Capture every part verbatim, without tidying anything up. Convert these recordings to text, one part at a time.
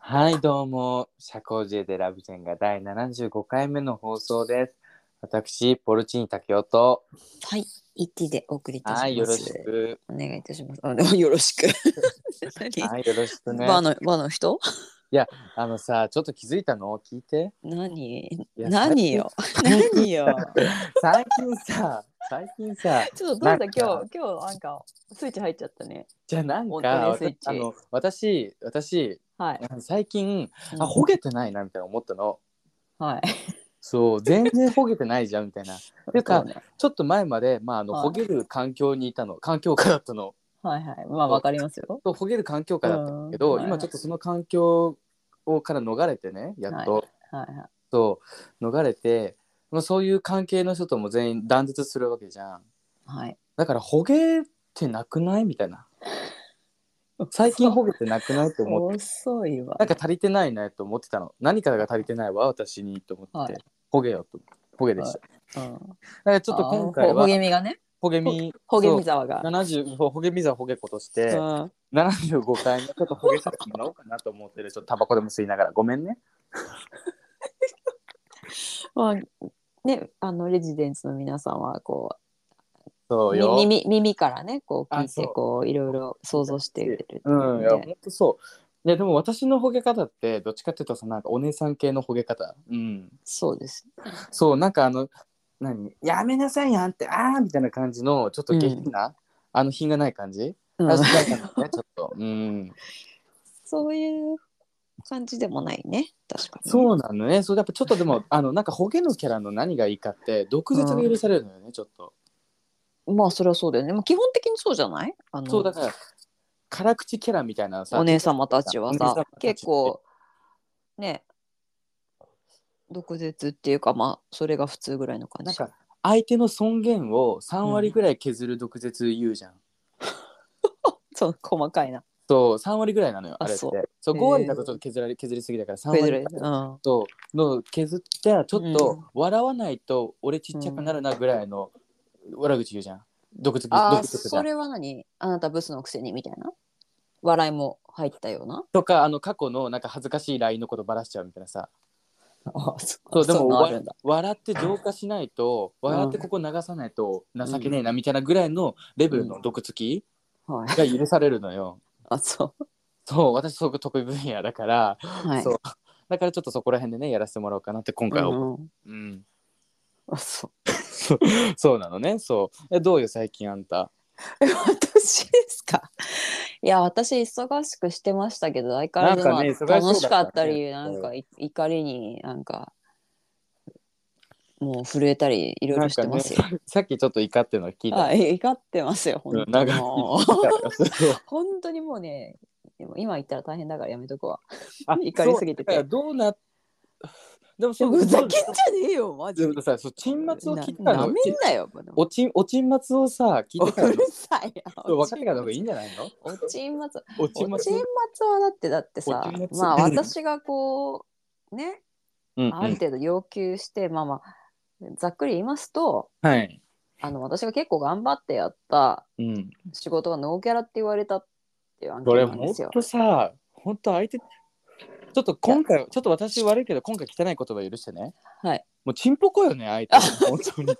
はいどうも社交辞令でラブジェンがだいななじゅうごかいめの放送です。私ポルチーニ竹雄とはい、イッティでお送りいたします。 はいよろしくお願いいたします。あ、でもよろしく。何？ はいよろしくね。 バーのバーの人？ いやあのさちょっと気づいたの聞いて。 何？ いや何よ？ 最近何よ？ 最近さ最近さちょっとどうだなんか今日今日なんかスイッチ入っちゃったね。 じゃあなんオンかオンスイッチあの私私はい最近うんあほげてないなみたいな思ったの。 はい。 そう全然ほげてないじゃんみたいな。っていうか、 そうね。 ちょっと前まで、まあ、あのはいほげる環境にいたの環境下だったの。 はいはい。まあそうわかりますよ。 そうほげる環境下うだったんだん。 けど、 はいはい今ちょっとその環境をから逃れてねやっはいと、 はいはいそう逃れて、まあ、そういう関係の人とも全員断絶するわけじゃん。 はい。 だからほげてなくないみたいな。最近ほげてなくないと思って、 遅いわ。 なんか足りてないねと思ってたの。何かが足りてないわ私にと思って、 はいほげよとほげでしはい。 た。 うん。 だからちょっとあーほほ今回はげみがね。 ほげみほげそうみ沢が。 ななじゅうほげみざほげことしてうん。 ななじゅうごかいめちょっとほげさせてもらおうかなと思ってる。ちょっとタバコでも吸いながらごめんね。 まあね、あのレジデンスの皆さんはこうみそうよ。 耳耳からねこう聞いてあそうこういろいろ想像してるっていううん、いや、ほんので、 とそう。いや、でも私のほげ方って、どっちかっていうと、そのなんかお姉さん系のほげ方。うん。 そうです。 そう、なんかあの、何やめなさいやんって、あーみたいな感じの、ちょっと下品な、あの品がない感じ。 うんあ、好きだったんだね、ちょっと。うん。 そういう感じでもないね、確かにね。 そうなのね。そう、やっぱちょっとでも、あの、なんかほげのキャラの何がいいかって、毒舌が許されるのよね、ちょっと。 うん、まあそれはそうだよね。まあ、基本的にそうじゃない？あそう、 のだから、辛口キャラみたいなのさ、 お姉様たちはさお姉様たちって結構ね毒舌っていうかまあそれが普通ぐらいの感じ。 なんか、相手の尊厳をさん割うん、 ぐらい削る毒舌言うじゃん。 そう細かいな。 そうさん割ぐらいなのよあれって。 あそそうう。 ご割へえ。 だとちょっと削られ削りすぎだからさんクイズ割レうん。 そうの削ってちょっとうん笑わないと俺ちっちゃくなるなぐらいの悪口言うじゃん。毒つきああ、 毒つくじゃん。 それは何？あなたブスのくせにみたいな笑いも入ったような。 とかあの過去のなんか恥ずかしい ライン のことばらしちゃうみたいなさ。 あそそうでそういうもわのあるんだ。 笑って浄化しないと笑ってここ流さないと情けねえなみたいなぐらいのレベルの毒つきはい。 が許されるのよ。 あ、そう。 そう私そこ得意分野だから、 はい。 そうだからちょっとそこら辺でねやらせてもらおうかなって今う回は思う。 ん。 うん。 あ、そう。 そうそうなのね。そうえどうよ最近あんた。 え、私ですか？いや、私忙しくしてましたけど、相変わらずまなんかね忙あ楽しそうしかっただったね。 り、なんかい怒りになんかもう震えたりいろいろしなんかねてますよ。 さっきちょっと怒ってるの聞いたあ、 の。 い怒ってますよ、 うん、 本当なんかにもう。 聞いたよ。そう本当にもうね、でも今言ったら大変だからやめとこうわ。 あ怒りそうだからすぎてて。 どうなでもでもそうそうふざけんじゃねえよ、マジで。 でもさそう沈末をな、 聞いてからなめんのちなよ。 おちんお沈末をさ聞いてからのうるさいよ。 そう分かってからの方がいいんじゃないの。 おちんまつ。 お沈末おちんまつはだってだってさ、 お沈末まあ私がこう、ね、あるうんうん程度要求して、まあまあ、ざっくり言いますと、 はいあの、私が結構頑張ってやったうん仕事がノーギャラって言われたっていう案件これなんですよ。 ほんとさほんと相手ちょっと今回ちょっと私悪いけど今回汚い言葉許してね。 はい。 もうチンポコよね相手本当に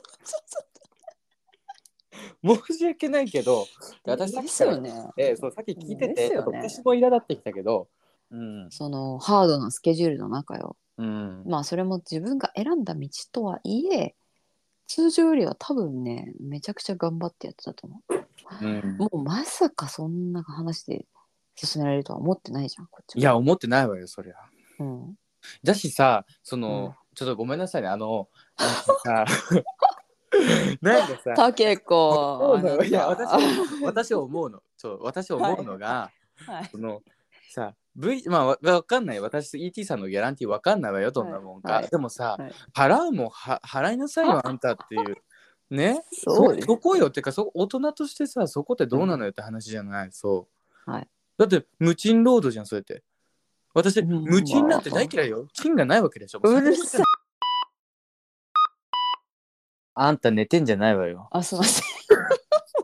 申し訳ないけど私さっできから、 すよね。 えーそうさっき聞いてて、ちょっとですよね。 私も苛立ってきたけど、うんそのハードなスケジュールの中よ。 うんまあそれも自分が選んだ道とはいえ、通常よりは多分ね、めちゃくちゃ頑張ってやってたと思うん、 う。もうまさかそんな話で進められるとは思ってないじゃん、こっちいや思ってないわよそりゃ。 は。うん。 だしさそうんの、ちょっとごめんなさいねあのなんかさなんかさタケコ、あな思うのいや私た。 私思うのそう私思うのが、 はい。 そのさ V まあわわかんない私 イーティー さんのギャランティーわかんないわよどんなもんか、 はい。 でもさ、 はい。 払うもんは払いなさいよあんたっていうね。 そうです。 そそこよってかそ大人としてさそこってどうなのよって話じゃない。そうはい。 だって無賃労働じゃんそれって。私うん無賃なんて大嫌いよ。賃がないわけでしょ。もうるさい。 あんた寝てんじゃないわよ。 あ、すいません。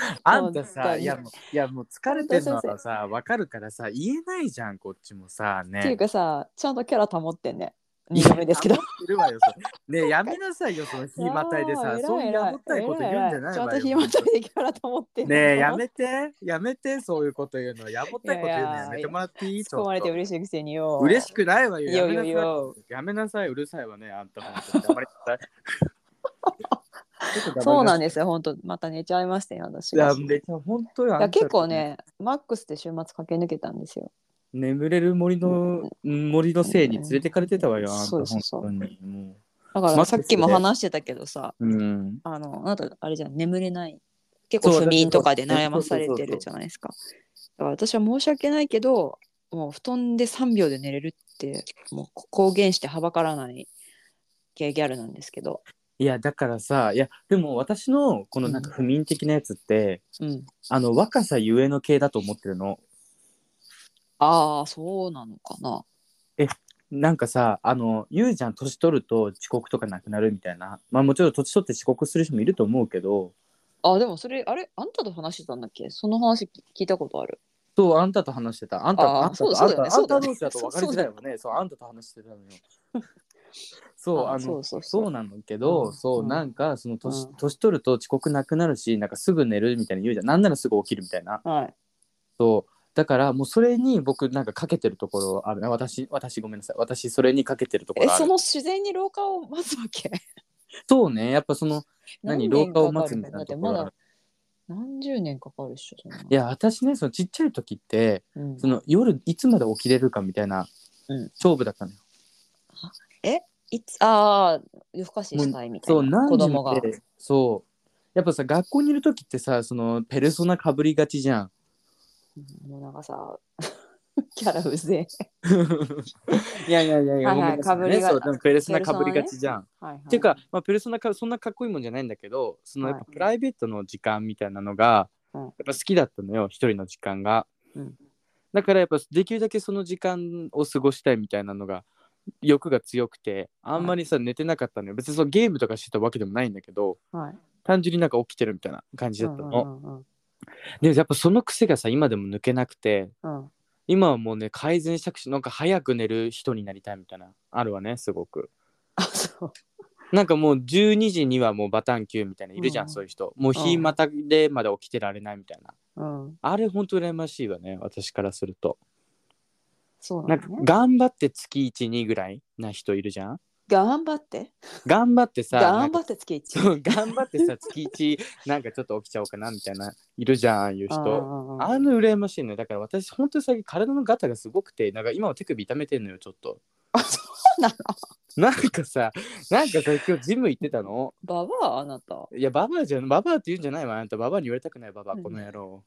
あんたさ、 本当にいやもう、いやもう疲れてるのはさ、わかるからさ、言えないじゃん、こっちもさ、ね。 っていうかさ、ちゃんとキャラ保ってんね。 いにどめですけど。 や保ってるわよ、それねえ、やめなさいよ、その日またいでさ、 あーそういうやぼ偉い偉いったいこと言うんじゃないちゃんわよ。 とひまたいでキャラ保ってんのねえ、やと思って。 めて、やめて、そういうこと言うの。やぼったいこと言うのやめてもらっていい？ち突っ込まれてょっと。 嬉しいくせによ。 嬉しくないわよ、 いよいやめなさい。 よいよ。 やめなさい、うるさいわね、あんた本当に。黙りなさい。ちょっと黙りなさい。 そうなんですよ、本当また寝ちゃいましたよ、私いや、 が。 めちゃ本当よ、 いやあんた。 結構ね、マックスで週末駆け抜けたんですよ。 眠れる森の森のせいに連れてかれてたわよ、あんそうた本ですそう。 当に。もだかう。マッらさっきもクスで。 話してたけどさ、 うん。 あの、あなた、あれじゃん、眠れない。結構そう、 不私眠とかでそう悩まされてるじゃないですか。だから私は申し訳ないけど、もう布団でさんびょうで寝れるって、もう公言してはばからない系ギャルなんですけど。 いや、だからさ、いや、でも私のこのなんか不眠的なやつって、 うん。 あの、若さゆえの系だと思ってるの。 ああ、そうなのかな。 え、なんかさ、あの、言うじゃん、年取ると遅刻とかなくなるみたいな。まあもちろん年取って遅刻する人もいると思うけど、 あ、でもそれ、あれ、あんたと話してたんだっけ？その話聞いたことある。 そう、あんたと話してた。あんた、 ああ、 あんたそうと、あんた、 そうだよね。 あんそうだよね。 た同士だと分かりづらいわね。そう、あんたと話してたのよ。そう、 ああ、 あの、 そうそうそそうなのけう。うど、 ん、 そう、 うん、 なんか、その年、 うん。 年取ると遅刻なくなるし、なんかすぐ寝るみたいに言うじゃん。なんならすぐ起きるみたいな。 はい。 そう。だからもうそれに僕なんかかけてるところあるね。私、私ごめんなさい。私それにかけてるとこえ、 ろある。 その自然に老化を待つわけ？ そうね。やっぱその、何、 何年老化をかかるの？ 待つみたいなだってまだところある。 何十年かかるっしょ、そんな。 いや、私ね、そのちっちゃい時って、 うん。 その夜いつまで起きれるかみたいなうん。 勝負だったのよ。 えいつ、ああ、夜更かしもう、 したいみたいそう、 な、子何時ま供が。 で、そう。やっぱさ、学校にいる時ってさ、その、ペルソナかぶりがちじゃん。 もうなんかさ、キャラうぜえ。 いやいやいやいや、ごめんはいはい、 なさいね。 かぶりが、 そう、でもペルソナかぶりペルソナね。 がちじゃん。っはいはい。 ていうか、まあ、ペルソナかそんなかっこいいもんじゃないんだけど、そのやっはい。 ぱプライベートの時間みたいなのが、 うん。 やっぱ好きだったのよ、一人の時間が。 うん。 だからやっぱできるだけその時間を過ごしたいみたいなのが、欲が強くて、あんまりさ、寝てなかったのよ。別にそのゲームとかしてたわけでもないんだけど、 はい。 単純になんか起きてるみたいな感じうんうだったの。 んうんうん。 で、やっぱその癖がさ、今でも抜けなくて、 うん。 今はもうね、改善したくし、なんか早く寝る人になりたいみたいな、あるわね、すごく。 あ、そう。 なんかもうじゅうにじにはもうバタンキューみたいないるじゃん、 うん。 そういう人。もう日またでまで起きてられないみたいな。 うん。 あれほんと羨ましいわね、私からすると。なんかそうなのね。 頑張って月いち、にぐらいな人いるじゃん。 頑張って。 頑張ってさ、なんか頑張って月一。 そう頑張ってさ、月いちなんかちょっと起きちゃおうかなみたいな、いるじゃん、ああいううんう人。 んうん。 あの羨ましいのよ。だから私、ほんとに最近体のガタがすごくて、なんか今は手首痛めてんのよ、ちょっと。 あ、そうなの。 なんかさ、なんかさ、今日ジム行ってたの。 ババアあなた。 いや、ババアじゃん、ババアって言うんじゃないわ。あんた、ババアに言われたくない、ババア、 うんこの野郎。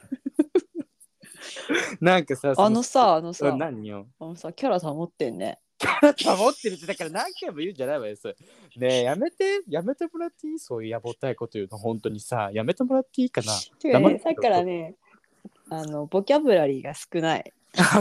なんかさ、その、 あのさ、あのうんさ、 何よ。 あのさ、キャラ保ってんね。 キャラ保ってるって、だから何回も言うんじゃないわよ、それ。ねえ、やめて、やめてもらっていい？そういうやぼったいこと言うの、本当にさ、やめてもらっていいかな。 てかね、 黙ってさっきからね、あの、ボキャブラリーが少ない。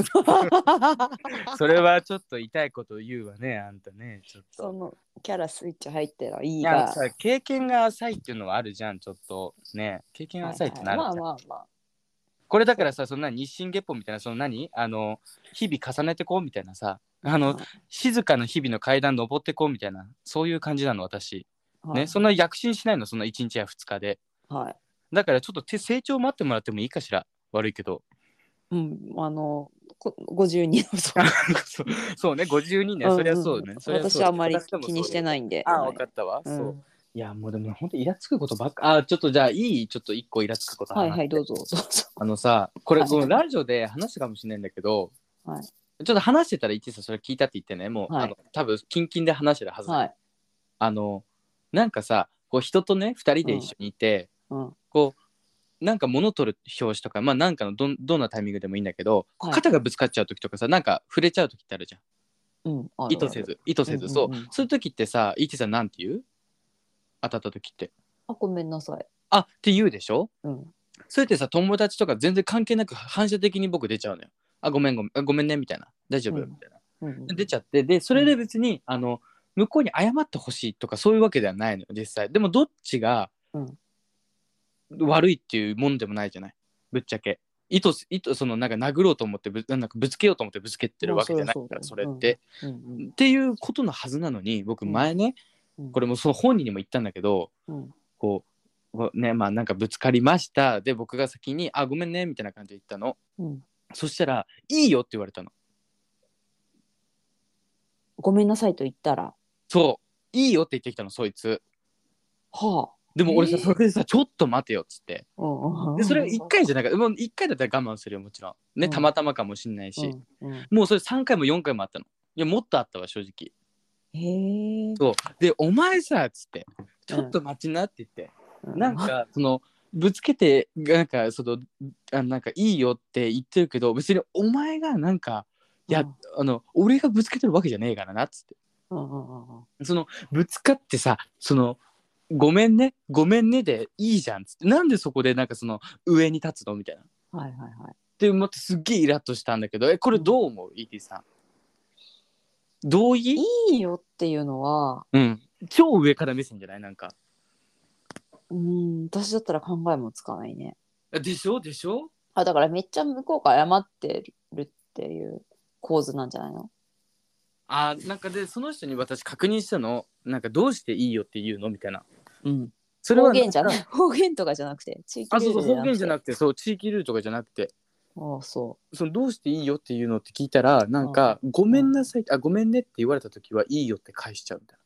それはちょっと痛いこと言うわね、あんたね、ちょっと。 そのキャラスイッチ入ってるいいいが。 やさ、経験が浅いっていうのはあるじゃん、ちょっと。ね経験がはい浅いってはい、まあなるじゃん。 まあまあ。 これだからさ、そんな日進月歩みたいな、その何あの、日々重ねてこうみたいなさ、あの、 はい静かな日々の階段登ってこうみたいな、そういう感じなの、私。 はいね、そんな躍進しないの、そんないちにちやふつかで。 はい。 だからちょっと手成長待ってもらってもいいかしら。悪いけど。 うん、あの、こごじゅうにのそう。 そうそうね、ごじゅうにね、 うんうんそりゃそうね。そりゃそうだ私はあんまり私でも気にしてないんで。 ああ、 はい。 分かったわ。そう。 うん、 いや、もうでも本当イラつくことばっか。あ、ちょっとじゃあいいちょっと一個イラつくこと話して。 はいはい、どうぞどうぞ。 あのさ、これ、 はいこのラジオで話したかもしれないんだけど、 はいちょっと話してたら一さそれ聞いたって言ってね、もう、 はいあの多分キンキンで話してるはずだよ、 はい。 あの、なんかさ、こう人とね、二人で一緒にいて、 うんこう、なんか物取る表紙とか、まあなんかのどんどんなタイミングでもいいんだけど、こうはい肩がぶつかっちゃう時とかさ、なんか触れちゃう時ってあるじゃん。 うん、あるある。 意図せず、意図せず、 うんうんうんそう。そういう時ってさ、イチさんなんて言う？当たった時って。 あ、ごめんなさい。 あって言うでしょ？ うん。 それってさ、友達とか全然関係なく反射的に僕出ちゃうのよ。あ、ごめんごめん、あごめんねみたいな。大丈夫、 うんみたいな。 うん出ちゃって、で、それで別に、あの、向こうに謝ってほしいとかそういうわけではないのよ、実際。でもどっちが、 うん悪いっていうもんでもないじゃない、ぶっちゃけ。意図意図そのなんか殴ろうと思ってぶなんかぶつけようと思ってぶつけてるわけじゃないから、それって、 うんうん、 っていうことのはずなのに、僕前ね、 うん、 これもその本人にも言ったんだけど、 うん、 こうね、まあなんかぶつかりました、で僕が先にあごめんねみたいな感じで言ったの、 うん、 そしたらいいよって言われたの。 ごめんなさいと言ったら、 そういいよって言ってきたの、そいつ。 はあ、 でも俺さ、 えー、 それでさ、ちょっと待てよっつって。 うん、 でそれいっかいじゃなくて、もういっかいだったら我慢するよ、もちろんね、たまたまかもしんないし、 うんうん、 もうそれさんかいもよんかいもあったの。いやもっとあったわ正直。 へえ、 そうで、お前さっつってちょっと待ちなって言って、 うん、 なんかそのぶつけてなんかそのあなんかいいよって言ってるけど、別にお前がなんかいや、 うん、 あの俺がぶつけてるわけじゃねえからなっつって、 うんうんうん、 そのぶつかってさ、そのごめんねごめんねでいいじゃんっつって、なんでそこでなんかその上に立つのみたいなっはいはいはい。 て思って、すっげえイラッとしたんだけど、えこれどう思う、イーティー さん。同意？ いいよっていうのは、 うん、超上から目線じゃない、なんか。 うん、私だったら考えもつかないね。 でしょでしょ。 あ、だからめっちゃ向こうが謝ってるっていう構図なんじゃないの？ あなんかでその人に私確認したの、なんかどうしていいよって言うのみたいな。 うん。 それは方言じゃない、方言とかじゃなくて、地域あ、 ルーそうそう、方言じゃルじゃなくて。 なくて、そう地域ルールとかじゃなくて、 ああ、そそのどうしていいよっていうのって聞いたら、なんう。 か、ごうん。 めんなさい、あごめんねって言われた時はいいよって返しちゃうみたい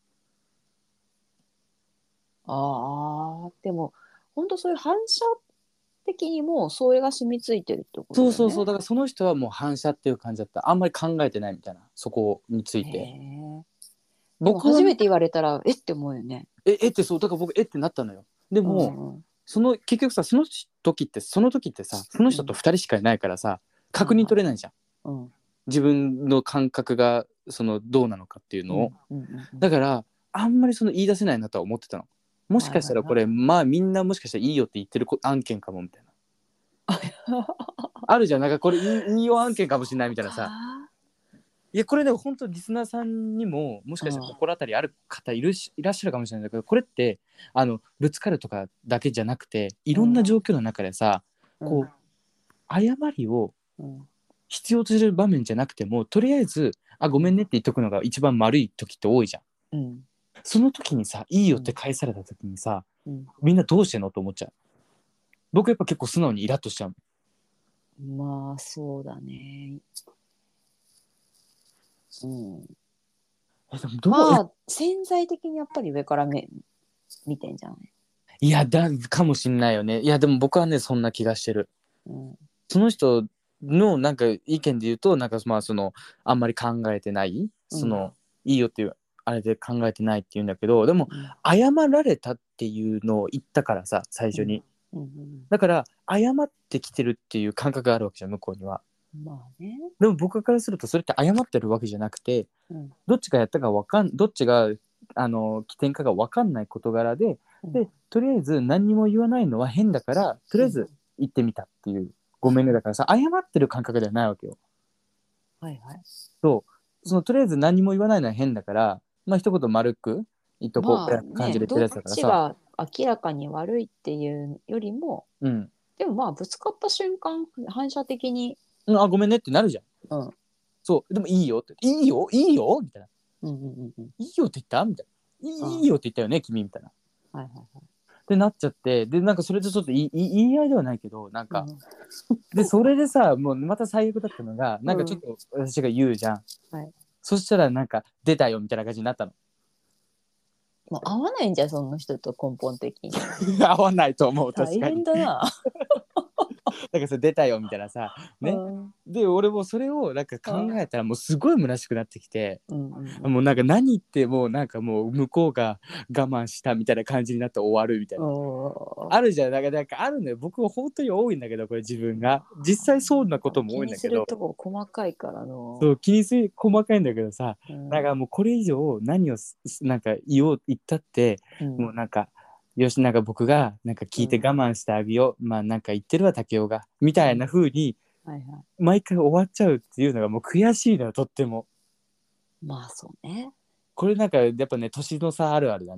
ああ、でも、本当そういう反射的にもうそれが染みついてるってこな。 とだよね。 そうそうそう、だからその人はもう反射っていう感じだった。あんまり考えてないみたいな、そこについへて。 え。でも僕はね、 初めて言われたら、えって思うよね。 ええってそう、だから僕えってなったのよ。でうも、 んうん。 その結局さ、その時ってその時ってさ、その人とふたりしかいないからさ、確認取れないじゃん。 うん。 自分の感覚がそのどうなのかっていうのを。 うんうんうんうん。 だからあんまりその言い出せないなとは思ってたの。もしかしたらこれ、まあみんなもしかしたらいいよって言ってる案件かもみたいな。あるじゃん、なんかこれいいいいよ案件かもしれないみたいなさ。いやこれでも本当リスナーさんにももしかしたら心当たりある方いるしいらっしゃるかもしれないけど、これってあのぶつかるとかだけじゃなくて、いろんな状況の中でさ、こう謝りを必要とする場面じゃなくても、とりあえずあごめんねって言っとくのが一番悪い時って多いじゃん。 うん。 その時にさ、いいよって返された時にさ、 うん。 みんなどうしてんのと思っちゃう。僕やっぱ結構素直にイラッとしちゃう。 まあそうだね。うん。 えでもどう、 まあ潜在的にやっぱり上から目見てんじゃない？ いやだかもしんないよね。いやでも僕はねそんな気がしてる。 うん。 その人のなんか意見で言うと、なんかまあそのあんまり考えてない、その、うん、いいよっていうあれで考えてないって言うんだけど、でも、うん、謝られたっていうのを言ったからさ最初に、うんうんうん、だから謝ってきてるっていう感覚があるわけじゃん向こうには。まあね、でも僕からするとそれって謝ってるわけじゃなくて、うん、どっちがやったかわかんどっちがあの起点かが分かんない事柄で、うん、でとりあえず何にも言わないのは変だからとりあえず言ってみたっていう、ごめんねだからさ、謝ってる感覚ではないわけよ。はいはい。そうそのとりあえず何も言わないのは変だから、まあ一言丸く言っとこう、まあね、感じで言ってるやつだからさ。どっちが明らかに悪いっていうよりも、うん、でもまあぶつかった瞬間反射的に、うん、あごめんねってなるじゃん。うん。そうでもいいよって、いいよいいよみたいな。うんうんうんうん。いいよって言ったみたいな。いいよって言ったよね君みたいな。はいはいはい。ってなっちゃって、でなんかそれでちょっと言い言い合いではないけど、なんか、うん、でそれでさもうまた最悪だったのが、なんかちょっと私が言うじゃん、うん、はい、そしたらなんか出たよみたいな感じになったの。もう合わないんじゃんその人と根本的に。合わないと思う。確かに大変だな。だからそれ出たよみたいなさね、うん、で俺もそれをなんか考えたらもうすごい虚しくなってきて、うんうんうん、もうなんか何言ってもなんかもう向こうが我慢したみたいな感じになって終わるみたいな、あるじゃん。なんかなんかあるのよ。僕は本当に多いんだけど、これ自分が実際そうなことも多いんだけど、気にするとこ細かいからの。そう気にする細かいんだけどさ、うん、なんかもうこれ以上何をなんか言おう言ったって、うん、もうなんかよしなんか僕がなんか聞いて我慢してあげよう、うん、まあなんか言ってるわ竹雄がみたいな風に、うんはいはい、毎回終わっちゃうっていうのがもう悔しいのよとっても。まあそうね。これなんかやっぱね年の差あるあるだね。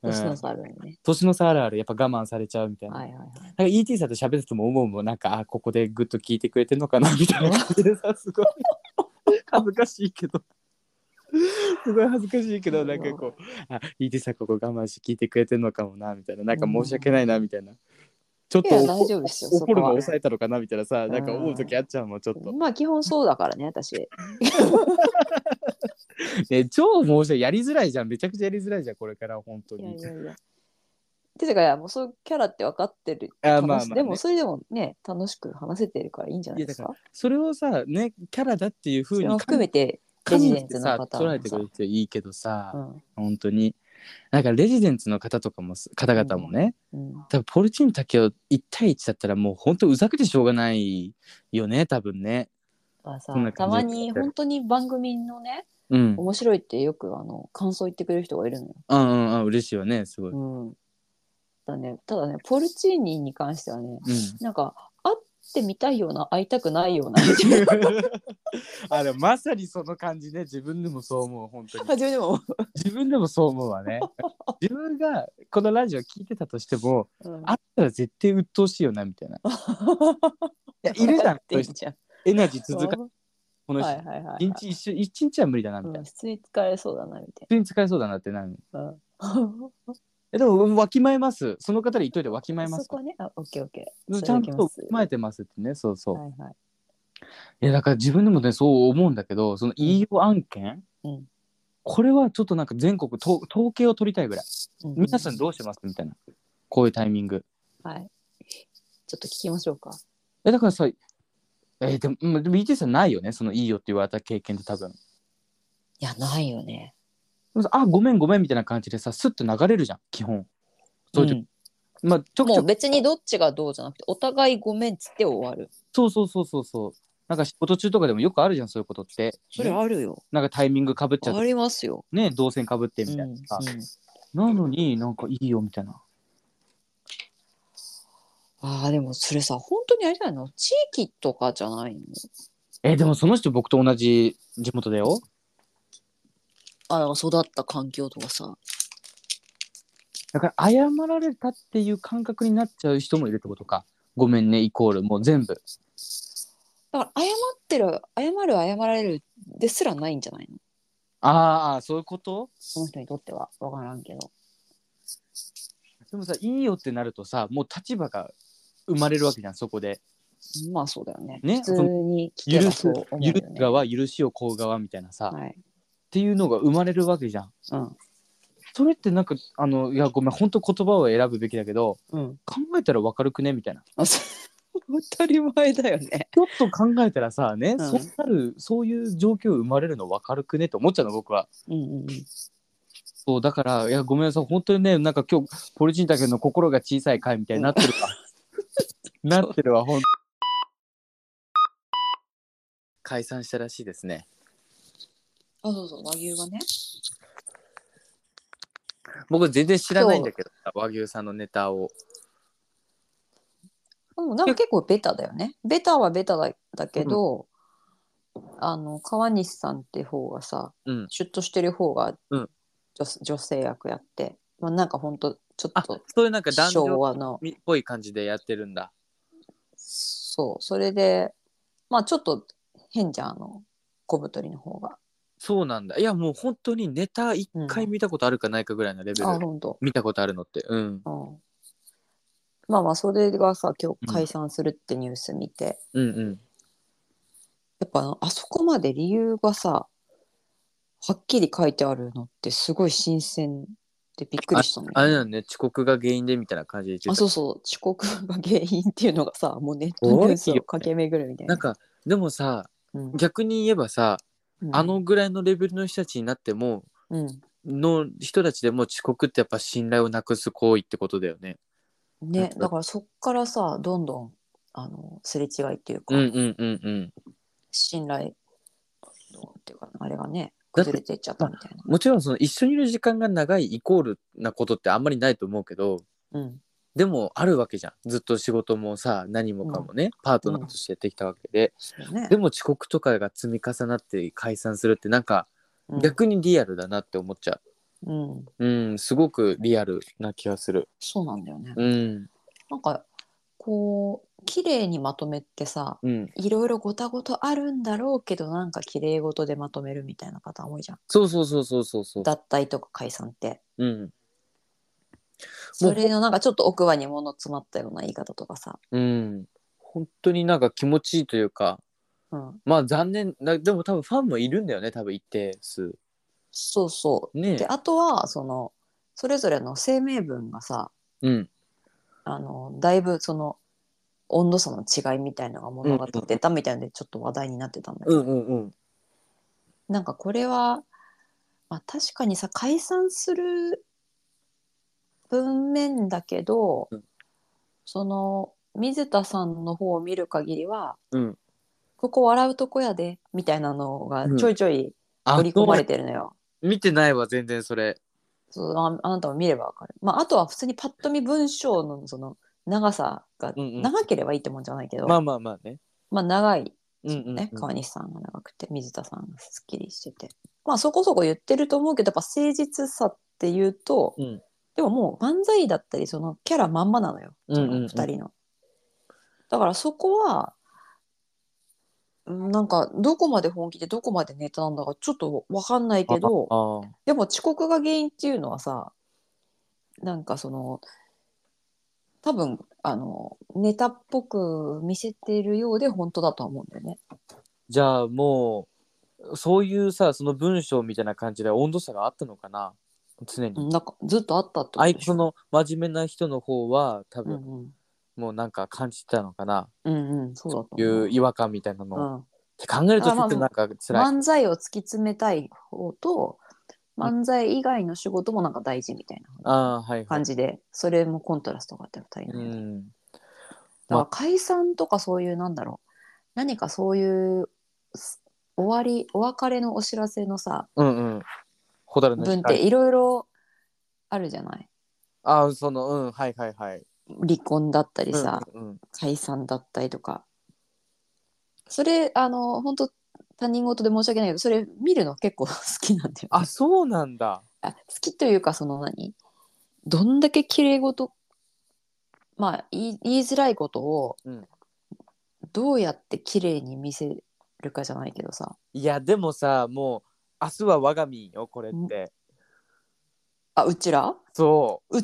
年の差あるよね。 年の差あるあるやっぱ我慢されちゃうみたいな。 はいはいはい。 なんか イーティー さんと喋ってても思うもんなんかあここでグッと聞いてくれてんのかなみたいな感じでさすごい恥ずかしいけどすごい恥ずかしいけどなんかこうあ イーティー さんここ我慢して聞いてくれてんのかもなみたいななんか申し訳ないなみたいな、ちょっといや大丈夫ですよそ怒るのこは。 抑えたのかなみたいなさなんか思う時あっちゃうもんちょっと、 まあ基本そうだからね私。 ね、超申し訳やりづらいじゃんめちゃくちゃやりづらいじゃんこれから本当いやに。 いやいや。てかもうそういうキャラって分かってる。 あ楽しまあまあねでもそれでもね楽しく話せてるからいいんじゃないいですか。 やだからそれをさねキャラだっていう風にそれも含めてレジデンツの方捉えもさてくれる人いいけどさ、 うん、 本当になんかレジデンツの方とかも方々もね、 うんうん、 多分ポルチーニ竹雄いち対いちだったらもう本当うざくてしょうがないよね多分ね。 あさそんなた感じでまに本当に番組のねうん面白いってよくあの感想言ってくれる人がいるのよ。 うんうんうん嬉しいわねすごい、ううん、だね、ただねポルチーニに関してはね、 ん、 なんか会ってみたいような会いたくないようなみたいなあれまさにその感じね自分でもそう思う本当に初めでも、 自分でもそう思うわね自分がこのラジオ聞いてたとしてもうん、 会ったら絶対鬱陶しいよなみたいないやいるじゃんってんじゃん。 エナジー続かこの人、 はいはいはい、はい、 一日一緒一日は無理だなみたいな、 うん、普通に疲れそうだなみたい普通に使えそうだなってなるな。うんえでもわきまえますその方で言っといてわきまえますそこはね、あ、オッケーオッケー。 ちゃんとわそれできます。 きまえてますってねそうそう、 はいはい。 いやだから自分でもねそう思うんだけどその飯尾案件、 うん、 これはちょっとなんか全国と統計を取りたいぐらい、 うん、 皆さんどうしてますみたいなこういうタイミングはい。ちょっと聞きましょうか。 えだからさえー、でもでも イーティー さんないよねそのいいよって言われた経験って多分いやないよね。 でもさあごめんごめんみたいな感じでさスッと流れるじゃん基本そういう時、 うん、 まあちょくちょくもう別にどっちがどうじゃなくてお互いごめんっつって終わる。 そうそうそうそうそうなんか仕事中とかでもよくあるじゃんそういうことってそれあるよ。 なんかタイミングかぶっちゃうありますよ。 ね動線かぶってみたいなさ、 うんうん、 なのになんかいいよみたいなああでもそれさ本当にあれじゃないの地域とかじゃないの。 えでもその人僕と同じ地元だよあだから育った環境とかさ。 だから謝られたっていう感覚になっちゃう人もいるってことかごめんねイコールもう全部だから謝ってる謝る謝られるですらないんじゃないのああそういうことその人にとっては分からんけど。 でもさいいよってなるとさもう立場が生まれるわけじゃんそこでまあそうだよね。 ね普通に聞けば許すそう思うよ許すね。 側許しを請う側みたいなさ、 はい。 っていうのが生まれるわけじゃんうんそれってなんかあのいやごめん本当言葉を選ぶべきだけどうん。 考えたら分かるくねみたいなあそ当たり前だよね。 ちょっと考えたらさね、 うんそうなるそういう状況生まれるの分かるくねって思っちゃうの僕はうんうんうん。 そうだからいやごめんなさい本当にねなんか今日ポリチンだけの心が小さい回みたいになってるわ、うん、なってるわほん解散したらしいですね。 あそうそう和牛がね。 僕全然知らないんだけど和牛さんのネタをでもなんか結構ベタだよね。ベタはベタだ、だけど、うん、あの川西さんって方がさ、うん、シュッとしてる方が 女,、うん、女性役やって、まあ、なんかほんとちょっとそういうなんか昭和のっぽい感じでやってるんだ。 そうそれでまあちょっと変じゃんあの小太りの方が。 そうなんだ。いやもう本当にネタ一回見たことあるかないかぐらいのレベル、うん、あ本当見たことあるのってうん、 うんまあまあそれがさ今日解散するってニュース見て、 うんうんうん、 やっぱあそこまで理由がさはっきり書いてあるのってすごい新鮮でびっくりしたんだけど。 あれだよね遅刻が原因でみたいな感じで言ってた。 あそうそう遅刻が原因っていうのがさもうネットニュースを駆け巡るみたいな。 なんかでもさ、うん、逆に言えばさ、うん、あのぐらいのレベルの人たちになっても、うん、の人たちでも遅刻ってやっぱ信頼をなくす行為ってことだよね。 ねだからそっからさどんどんあのすれ違いっていうか、 うんうんうんうん、 信頼っていうかあれがね崩れていっちゃったみたいな。 もちろんその一緒にいる時間が長いイコールなことってあんまりないと思うけど、うん、でもあるわけじゃんずっと仕事もさ何もかもね、うん、パートナーとしてやってきたわけで、うんね、でも遅刻とかが積み重なって解散するってなんか逆にリアルだなって思っちゃう。 うん、 うん、すごくリアルな気がする。 そうなんだよね。 うん、 なんかこう綺麗にまとめてさ、 うん、 いろいろごたごたあるんだろうけどなんか綺麗事でまとめるみたいなパターン多いじゃん。 そうそうそうそうそうそう。 脱退とか解散って。 うん、もうほ、 それのなんかちょっと奥歯に物詰まったような言い方とかさ。 うん、本当になんか気持ちいいというか、 うん、 まあ残念な、でも多分ファンもいるんだよね、多分一定数。 そうそう。で、 ねえ。 あとはそのそれぞれの声明文がさ、 うん、 あのだいぶその温度差の違いみたいのがうん、 物語ってたみたいでちょっと話題になってたんだけうん、 ど、 うん、うん。 なんかこれは、まあ、確かにさ解散する文面だけど、 うん、 その水田さんの方を見る限りはうん、 ここ笑うとこやでみたいなのがうん。 ちょいちょいあ、そう、 織り込まれてるのよ。 見てないわ、全然それ。 そう、あ、あなたも見ればわかる。まあ、あとは普通にパッと見文章のその長さがうんうん。 長ければいいってもんじゃないけど、 まあまあまあね。 まあ長い、 うんそうね、 うんうん。 川西さんが長くて水田さんがすっきりしてて、まあそこそこ言ってると思うけど、やっぱ誠実さっていうと、 うんでももう漫才だったりそのキャラまんまなのよ、そのうんうんうん。 ふたりの。だからそこはうんなんかどこまで本気でどこまでネタなんだかちょっとわかんないあけど、 あ。 でも遅刻が原因っていうのはさ、なんかその多分あのネタっぽく見せてるようで本当だとは思うんだよね。 じゃあもう、そういうさ、その文章みたいな感じで温度差があったのかな、常に。 うん、なんかずっとあったってこあい、 とでしょ。 その真面目な人の方は多分、 うんうん、 もうなんか感じてたのかな。 うんうん、そうだという思違和感みたいなう。 の。っうん、 て考えるだからまとちょっとなんかあ辛い。 漫才を突き詰めたい方とうん、 漫才以外の仕事もなんか大事みたいなああ、はいはい。 感じで、それもコントラストがあってふたりのう間に。 ん。 だからまあ、 解散とかそういうなんだろう、何かそういう終わりお別れのお知らせのさうんうん。蛍の光。 文っていろいろあるじゃない。 ああ、その、うん、はいはいはい。 離婚だったりうんさうんうん。 解散だったりとか、それあの本当他人事で申し訳ないけどそれ見るの結構好きなんだよあ、 ね。 そうなんだ。 あ、好きというかその何どんだけ綺麗事、まあ言い、言いづらいことをうん。 どうやって綺麗に見せるかじゃないけどさ。 いや、でもさ、もう、明日は我が身よ、これっんて。 あ、うちらそう。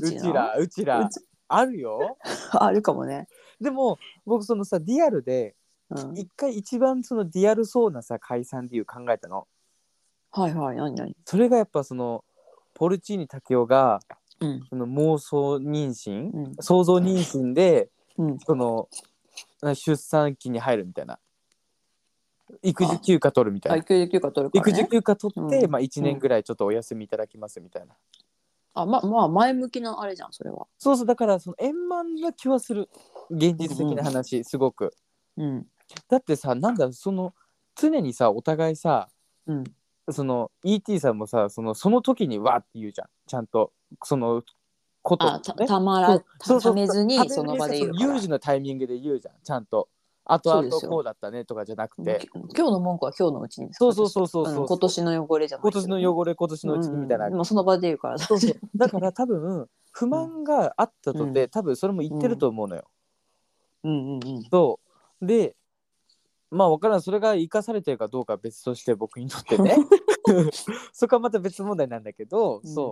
ちうちなうちら、うちら、 うちあるよ。 あるかもね。 でも、僕、そのさ、リアルで、 うん一回一番そのリアルそうなさ、解散理由考えたの。 はいはい、何何それがやっぱその、ポルチーニ武雄が、 うんその妄想妊娠、 うん想像妊娠で、 うんその、出産期に入るみたいな。育児あ休暇取るみたいあ、 な。 育児休暇取るからね。 育児休暇取って、 うんまあ、1 うん。 年ぐらいちょっとお休みいただきますみたいな。 あ、ま、まあ前向きなあれじゃん、それは。 そうそう、だからその円満な気はする。現実的なうん話、すごく。 うん。 だってさ、なんだ、その、常にさ、お互いさ、 うん。 その イーティー さんもさ、そのその時にわーって言うじゃん。ちゃんと、そのことあ、た、 ね。 たまら、 そうた、 そうそう、 ためずたにその場めずにさ、そので言うから。 有事のタイミングで言うじゃん。ちゃんと。あとあとそうですよ。 こうだったねとかじゃなくもうきて。 今日の文句は今日のうちにですそうから私。 そうそうそううん、 そうそう。 今年の汚れじゃな今いけどね。 年の汚れ、今年のううんうん。 ちにみたいな。 でもその場で言うからそうそう。だか本ら多分、不当に。 満があったうん。 とて、多分それも言ってると思うのよ。 うんうんうんそう。で、まあ分からん、それが生かされてるかどうかは別として僕にとってね。そこはまた別問題なんだけど、 うん。 そう。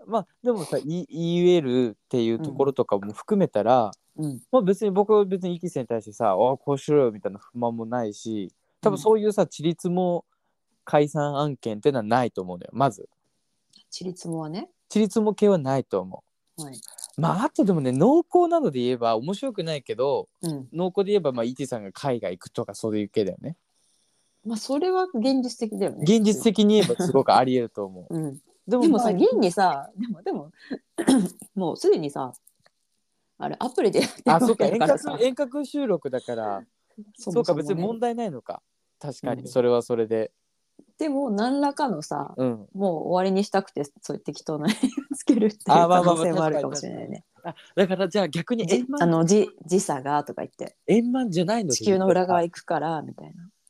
まあでもさ、言言えるっていうところとかも含めたら、 うん。 まあ、別に僕は別にイキセに対してさ、あこうしろよみたいな不満もないし、多分うん。 そういうさ、ちりつも解散案件っていうのはないと思うのよ、まず。 ちりつもはね。 ちりつも系はないと思はい。 う。まあ、あとでもね、濃厚なので言えば、面白くないけど、 うん。 濃厚で言えば、まあ、イティさんが海外行くとかそういう系だよね。 まあそれは現実的だよね、 現実普通に。 的に言えばすごくあり得ると思うん。 う。でもまあ、 でもさ、現にさ、でもでももうすでにさ、あれアプリでやってあ、 るわけそうか、遠隔、 だからさ、 遠隔収録だから、 そそうか、 もそもね。 別に問題ないのか。確かに、 うん。 それはそれで。 でも何らかのさ、 うん。 もう終わりにしたくてそういう適当な理由つけるっていあ、 う可能まあまあまあ、 性もあるかもし確かに確かに。 れないね。 あ、だからじゃあ逆に円じあ満、 のじ時差がとか言って円満じゃないの地で言球の裏側えば、 行くからみたいな。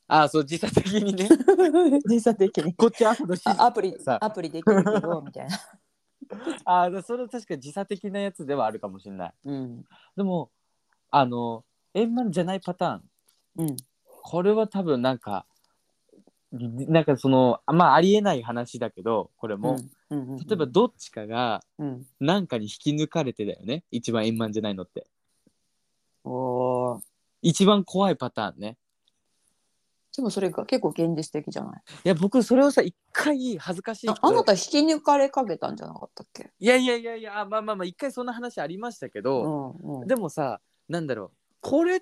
ああ、そう、時差的にね。 時差的にこっち朝のしちじアプリさ。 アプリできるけどみたいな。 ああ、それは確かに時差的なやつではあるかもしれない。 うん。 でも、あの、円満じゃないパターン。 うん。 これは多分なんか、なんかその、まあありえない話だけど、これも。 うん。うん。 例えばどっちかが、 うん。 なんかに引き抜かれてだよね。一番円満じゃないのって。 おー。 一番怖いパターンね。 でもそれが結構現実的じゃない？ いや、僕それをさ、一回恥ずかしいけど。 あ、あなた引き抜かれかけたんじゃなかったっけ？ いやいやいやいや、まあまあまあ、一回そんな話ありましたけど、 うんうんでもさ、なんだろう。これって、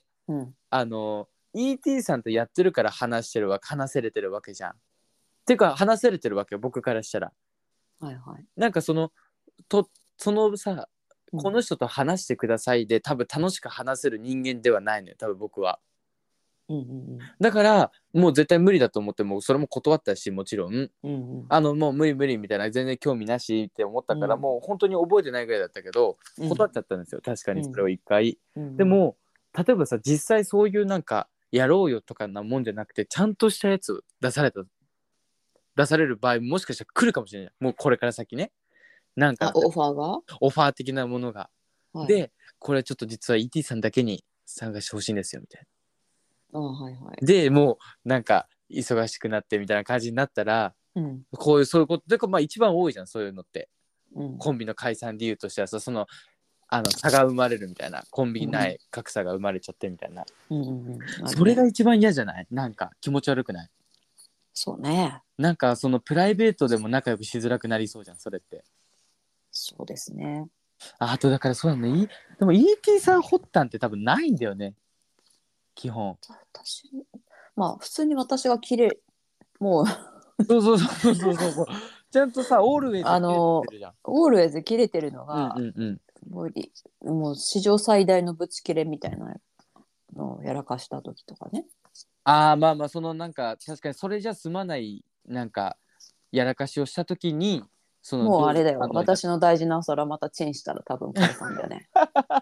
うん。 あの、イーティー さんとやってるから話してるわ、話せれてるわけじゃん。っていうか、話せれてるわけよ、僕からしたら。 はいはい。 なんかその、と、そのさ、 うんこの人と話してくださいで、多分楽しく話せる人間ではないのよ、多分僕は。 うんうんだから、もう絶対無理だと思って、もうそれも断ったし、もちろん。 うんうんあの、もう無理無理みたいな、全然興味なしって思ったから、 うんもう本当に覚えてないぐらいだったけど、 うん断っちゃったんですよ、確かうんにそれを一回。 うんでも、例えばさ、実際そういうなんか、やろうよとかなもんじゃなくて、ちゃんとしたやつ出された、出される場合もしかしたら来るかもしれない。もうこれから先ね。なんかあ、オファーが？ オファー的なものが。 はい。 で、これちょっと実は イーティー さんだけに参加してほしいんですよ、みたいあ、はいはい。 な。で、もうなんか忙しくなってみたいな感じになったら、 うんこういう、そういうこと、で、まあ一番多いじゃん、そういうのって。 うんコンビの解散理由としてはさ、その、あの差が生まれるみたいな、コンビ内格差が生まれちゃってみたいな、 うんうんうん。あるねそれが一番嫌じゃない？なんか気持ち悪くない？ そうね。 なんかそのプライベートでも仲良くしづらくなりそうじゃん、それって。 そうですね。 あ、あとだからそうだね、いでも イーティー さん発端って多分ないんだよね、基本。 私、まあ普通に私が綺麗、もうそうそうそうそうそうそう。ちゃんとさ、オールウェイズあの切れてるじゃん。 オールウェイズ切れてるのうんが、 うんうん。 もうりもう史上最大のブチ切れみたいなのをやらかした時とかね。 ああ、まあまあ、そのなんか確かにそれじゃ済まないなんかやらかしをした時に、そのもうあれだよ。 どういう考え方。 私の大事なお皿またチンしたら多分解散だよね。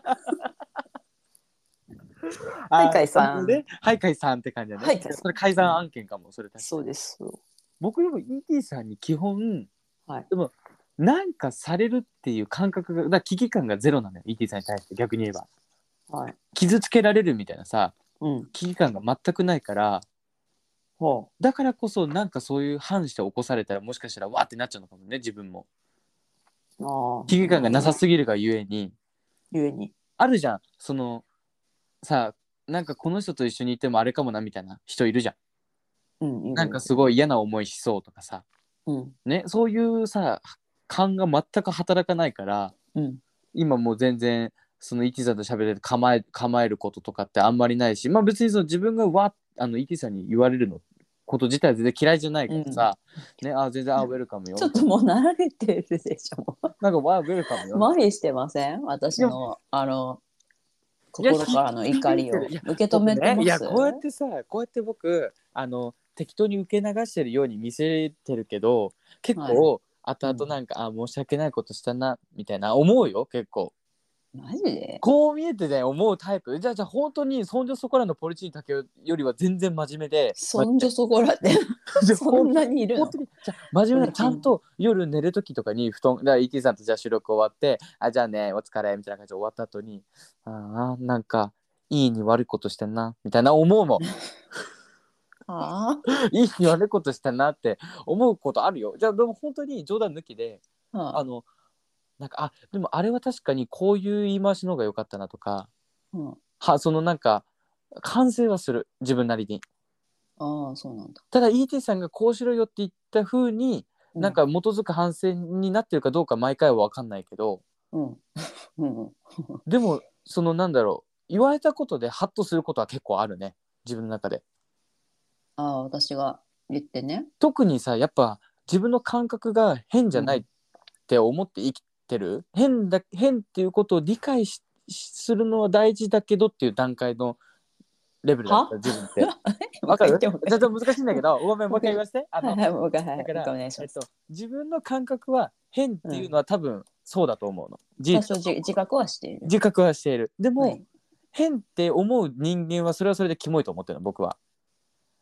はい解散。 で、はい解散って感じだね。 はい解散それ改ざん案件かも、それ確かに。 そうです。 僕でも イーティー さんに基本、 はい。 でもなんかされるっていう感覚が、だから危機感がゼロなのよ、イーティー さんに対して。逆に言えばはい。 傷つけられるみたいなさ、 うん。 危機感が全くないから、 ほだからこそなんかそういう反して起こされたらもしかしたらわーってなっちゃうのかもね、自分も。 う。ああ。 危機感がなさすぎるがゆえに。 ゆえに。 あるじゃん、そのさ、なんかこの人と一緒にいてもあれかもなみたいな人いるじゃん。 うん。いるなんかすごい嫌な思いしそうとかさ、 うん。 ね、そういうさ感が全く働かないから、 うん。 今もう全然その イーティー さんと喋れて構え構えることとかってあんまりないし、まあ別にその自分がわあの イーティー さんに言われるのこと自体は全然嫌いじゃないからさ、ね、あ全然あウェルカムよ。 ちょっともう慣れてるでしょ。 なんかわウェルカムよ。 麻痺してません？私のあの心からの怒りをいや受け止めてます？ ね、いやこうやってさ、こうやって僕あの適当に受け流してるように見せてるけど、結構、はい、後々なんか、うん、あ申し訳ないことしたなみたいな思うよ、結構。 マジで？ こう見えてね思うタイプ。じゃあじゃあ本当にそんじょそこらのポリチン竹雄よりは全然真面目で。 そんじょそこらってそんなにいるの？本当にじゃ真面目な、ちゃんと夜寝る時とかに布団だから イーティー さんとじゃあ収録終わってあじゃあねお疲れみたいな感じで終わった後にあなんかいいに悪いことしてんなみたいな思うもん。 あいいに悪いことしたなって思うことあるよ。じゃあでも本当に冗談抜きで、 ああのなんかあでもあれは確かにこういう言い回しの方が良かったなとか、 うん、 はそのなんか反省はする自分なりに。 ああそうなんだ。 ただ イーティー さんがこうしろよって言った風に、 うん、 なんか基づく反省になってるかどうか毎回は分かんないけど、 うんうん、 でもそのなんだろう言われたことでハッとすることは結構あるね、自分の中で。 ああ私が言ってね。 特にさやっぱ自分の感覚が変じゃないって思って生きてる、うん、変だ変っていうことを理解しするのは大事だけどっていう段階のレベルだった自分って。わかる？ちょっと難しいんだけど、ごめんもう一回言わせて。あの、はいはい、もう一回、はい、だから、えっと、自分の感覚は変っていうのは多分そうだと思うの。 うん、多少自覚はしている。 自覚はしている。でも、 はい、 変って思う人間はそれはそれでキモいと思ってるの僕は。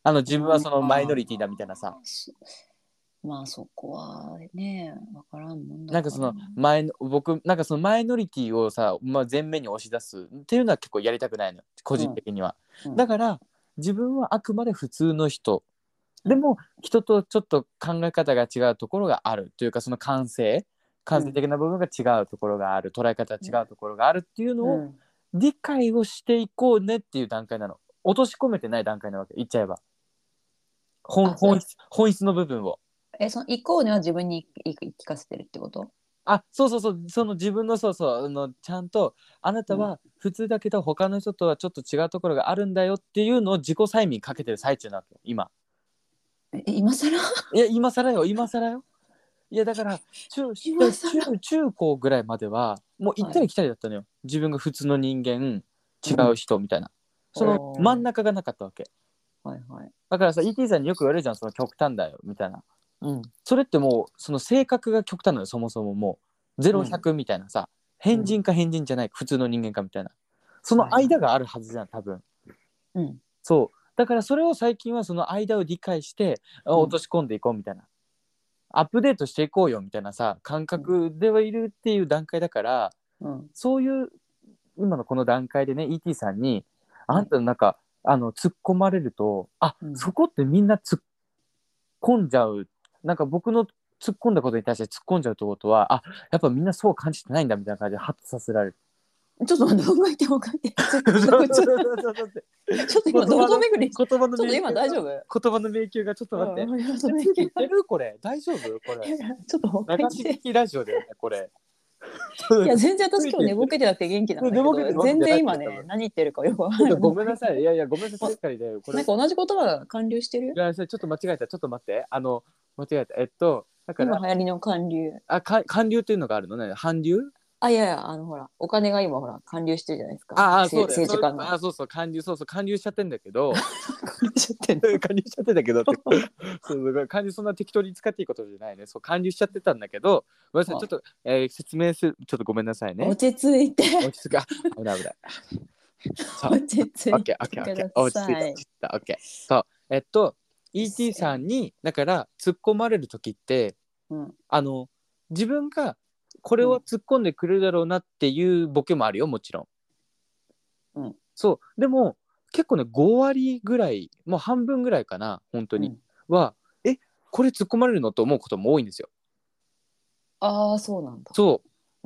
あの自分はそのマイノリティだみたいなさ、 まあそこはね分からんもんだから。 なんかその前の僕なんかそのマイノリティをさ、まあ、前面に押し出すっていうのは結構やりたくないの個人的には、うん、だから自分はあくまで普通の人、うん、でも人とちょっと考え方が違うところがあるというか、その感性感性的な部分が違うところがある、捉え方が違うところがあるっていうのを理解をしていこうねっていう段階なの。落とし込めてない段階なわけ、言っちゃえば 本, 本, 質本質の部分を。 え、そのイコールは自分に言い聞かせてるってこと？ あ、そうそうそう、その自分のそうそうあのちゃんとあなたは普通だけど他の人とはちょっと違うところがあるんだよっていうのを自己催眠かけてる最中なわけ今。 え、今更？ いや今更よ今更よ。いやだから中中中高ぐらいまではもう行ったり来たりだったのよ、はい、自分が普通の人間違う人みたいな、うん、その真ん中がなかったわけ、 はいはい、 だからさ イーティー さんによく言われるじゃん、その極端だよみたいな、 うん、 それってもうその性格が極端なのよ、そもそももうゼロひゃくみたいなさ、うん、変人か変人じゃないか、普通の人間かみたいな、その間があるはずじゃん多分、 うん、 そうだからそれを最近はその間を理解して落とし込んでいこうみたいな、うん、アップデートしていこうよみたいなさ感覚ではいるっていう段階だから、うん、そういう今のこの段階でね イーティー さんにあんたなんか、うん、あの突っ込まれるとあ、うん、そこってみんな突っ込んじゃう、なんか僕の突っ込んだことに対して突っ込んじゃうってことはあやっぱみんなそう感じてないんだみたいな感じでハッとさせられる。 ちょっと待って、もう一回もう一回。ちょっと今、どこ巡り。 言葉のちょっと今大丈夫？ 言葉の迷宮がちょっと待って。うん、ついていってるこれ。大丈夫これ。 ちょっともう一回。 流し聞きラジオだよね、これ。 いや、全然私今日寝ぼけてなくて元気なんだけど、全然今ね、何言ってるかよくわからない。 ごめんなさい。いやいや、ごめんなさい。確かにね。 これなんか同じ言葉が韓流してるよ。 いや、ちょっと間違えた。ちょっと待って。あの、間違えた。えっと、 だから今流行りの韓流。 あ、か韓流っていうのがあるのね。韓流？ あ、いやいや、あのほら、お金が今ほら、韓流してるじゃないですか。 ああ、そうだよ。 政治家の。 あ、そうそう、韓流、そうそう、韓流しちゃってんだけど。韓流しちゃってんだ。韓流しちゃってんだけど。そう韓流そんな適当に使っていいことじゃないね。そう、韓流しちゃってたんだけど、ごめんなさい、ちょっと、えー、説明する、ちょっとごめんなさいね。 落ち着いて。 落ち着く。あ、危ない危ない。 落ち着いて。 オッケー、オッケー、オッケー。落ち着いた、落ち着いた、オッケー。そう、えっと、イーティー さんに、だから突っ込まれるときって、うん、あの、自分が、これを突っ込んでくれるだろうなっていうボケもあるよ、もちろん、うん、そうでも結構ねご割ぐらい、もう半分ぐらいかな本当に、うん、はえこれ突っ込まれるのと思うことも多いんですよ。 ああそうなんだ。 そう、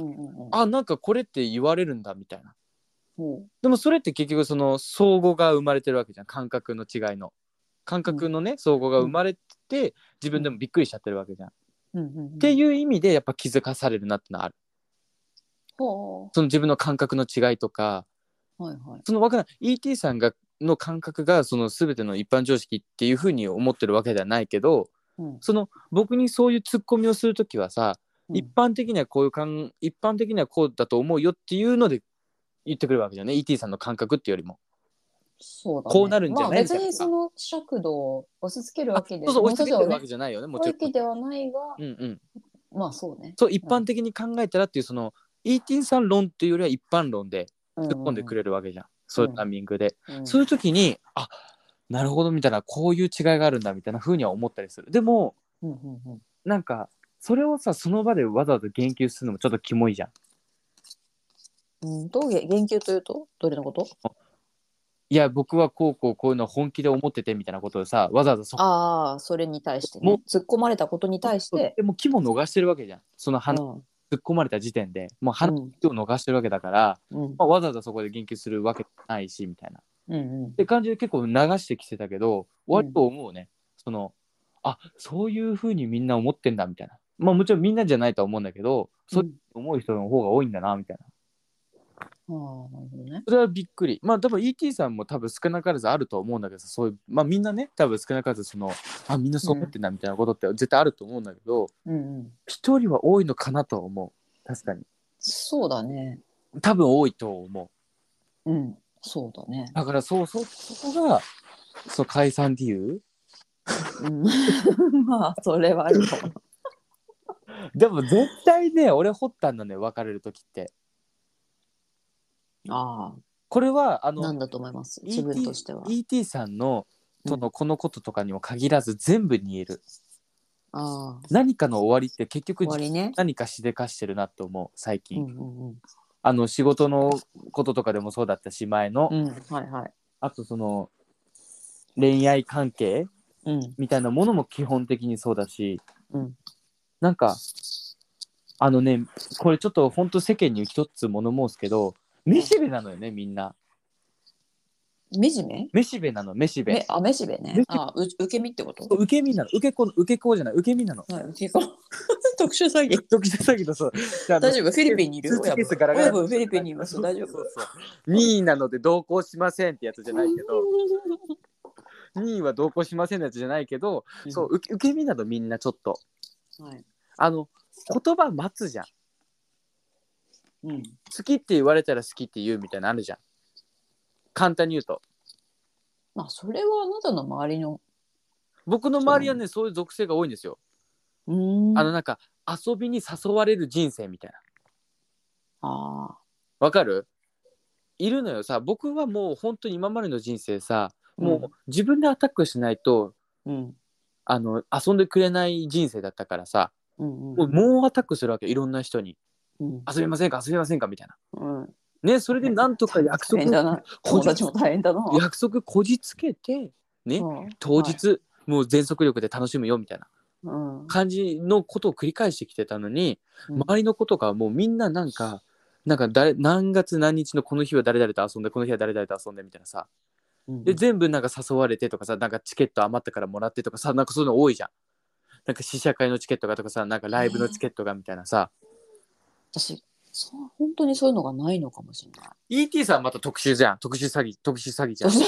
うんうんうん、あなんかこれって言われるんだみたいな、うん、でもそれって結局その相互が生まれてるわけじゃん、感覚の違いの感覚のね、うん、相互が生まれて自分でもびっくりしちゃってるわけじゃん、うんうんうん、っていう意味でやっぱ気づかされるなってのはある。ほう、その自分の感覚の違いとか、はいはい、その分からない イーティー さんがの感覚がその全ての一般常識っていうふうに思ってるわけではないけど、うん、その僕にそういうツッコミをするときはさ、うん、一般的にはこういうかん一般的にはこうだと思うよっていうので言ってくるわけじゃんね、 イーティー さんの感覚っていうよりも。 そうだね、 こうなるんじゃない、 まあ、別にその尺度を押し付けるわけで、 そうそう押し付けてるわけじゃないよね、もちろん。 わけではないが、 うんうん、 まあそうね。 そう一般的に考えたらっていうその イーティー さん論っていうよりは一般論で突っ込んでくれるわけじゃん、うんうん、そういうタイミングで、うん、そういう時にあなるほどみたいな、こういう違いがあるんだみたいな風には思ったりする。でも、うんうんうん、なんかそれをさその場でわざわざ言及するのもちょっとキモいじゃん。 うんと言及というとどれのこと？ いや僕はこうこうこういうの本気で思っててみたいなことをさわざわざそこああそれに対してね突っ込まれたことに対してでも気も逃してるわけじゃん、その話、うん、突っ込まれた時点でもう話を逃してるわけだから、うんまあ、わざわざそこで言及するわけないしみたいな、うんうん、って感じで結構流してきてたけど割と思うね、うん、そのあそういう風にみんな思ってんだみたいな、まあもちろんみんなじゃないとは思うんだけど、そう思う人の方が多いんだなみたいな。あなるほどね、それはびっくり。まあ多分 イーティー さんも多分少なからずあると思うんだけど、そういうまあみんなね多分少なからずそのあみんなそう思ってんだみたいなことって絶対あると思うんだけど、うんうん、一人は多いのかなとは思う。確かにそうだね、 多分多いと思う。うんそうだね。 だからそうそうそこがそう解散理由、 うん、まあそれはあるかもでも絶対ね俺掘ったんだね別れる時って。ああこれはあのなんだと思います自分としては。 イーティー さんのとのこのこととかにも限らず全部に言える、 あ何かの終わりって結局終わりね、 何かしでかしてるなって思う最近、 うんうんうんあの仕事のこととかでもそうだったし前の、 うん、はいはい、 あとその恋愛関係うんみたいなものも基本的にそうだし、 うん、 なんかあのねこれちょっと本当世間に一つ物申すけど、めしべなのよねみんな。 めじめめしべなの、めしべ。 めあめしべね、 めしあう受け身ってこと？ 受け身なの、受け子、受け子じゃない、受け身なの。 はい、受け子特殊詐欺。 特殊詐欺のそう。 大丈夫？フィリピンにいる？ スーツケース親分ガラガラ親分フィリピンにいます。大丈夫？ そうそうそうにいなので同行しませんってやつじゃないけど、にいは同行しませんのやつじゃないけど、 うん、 そう受け受け身なのみんなちょっと。 はい、 あの言葉待つじゃん。 うん、 好きって言われたら好きって言うみたいなのあるじゃん。簡単に言うと。 まあそれはあなたの周りの僕の周りはねそういう属性が多いんですよ。 うーんあのなんか遊びに誘われる人生みたいな。 あわかる？いるのよさ。僕はもう本当に今までの人生さ、 うんもう自分でアタックしないとうんあの遊んでくれない人生だったからさ、 うんもう猛アタックするわけ、いろんな人に。 うん遊びませんか遊びませんかみたいな。 うんね、それでなんとか約束大変だな、友達も大変だな。 約束こじつけてね、 うん、 当日、はい、もう全速力で楽しむよみたいなうん感じのことを繰り返してきてたのに、 うん、 周りのことがもうみんななんかなんか誰何月何日のこの日は誰々と遊んでこの日は誰々と遊んでみたいなさ、うん、で全部なんか誘われてとかさ、なんかチケット余ったからもらってとかさ、なんかそういうの多いじゃん。なんか試写会のチケットがとかさ、なんかライブのチケットがみたいなさ、 えー、私そう本当にそういうのがないのかもしれない。 イーティー さんまた特殊じゃん、特殊詐欺特殊詐欺じゃん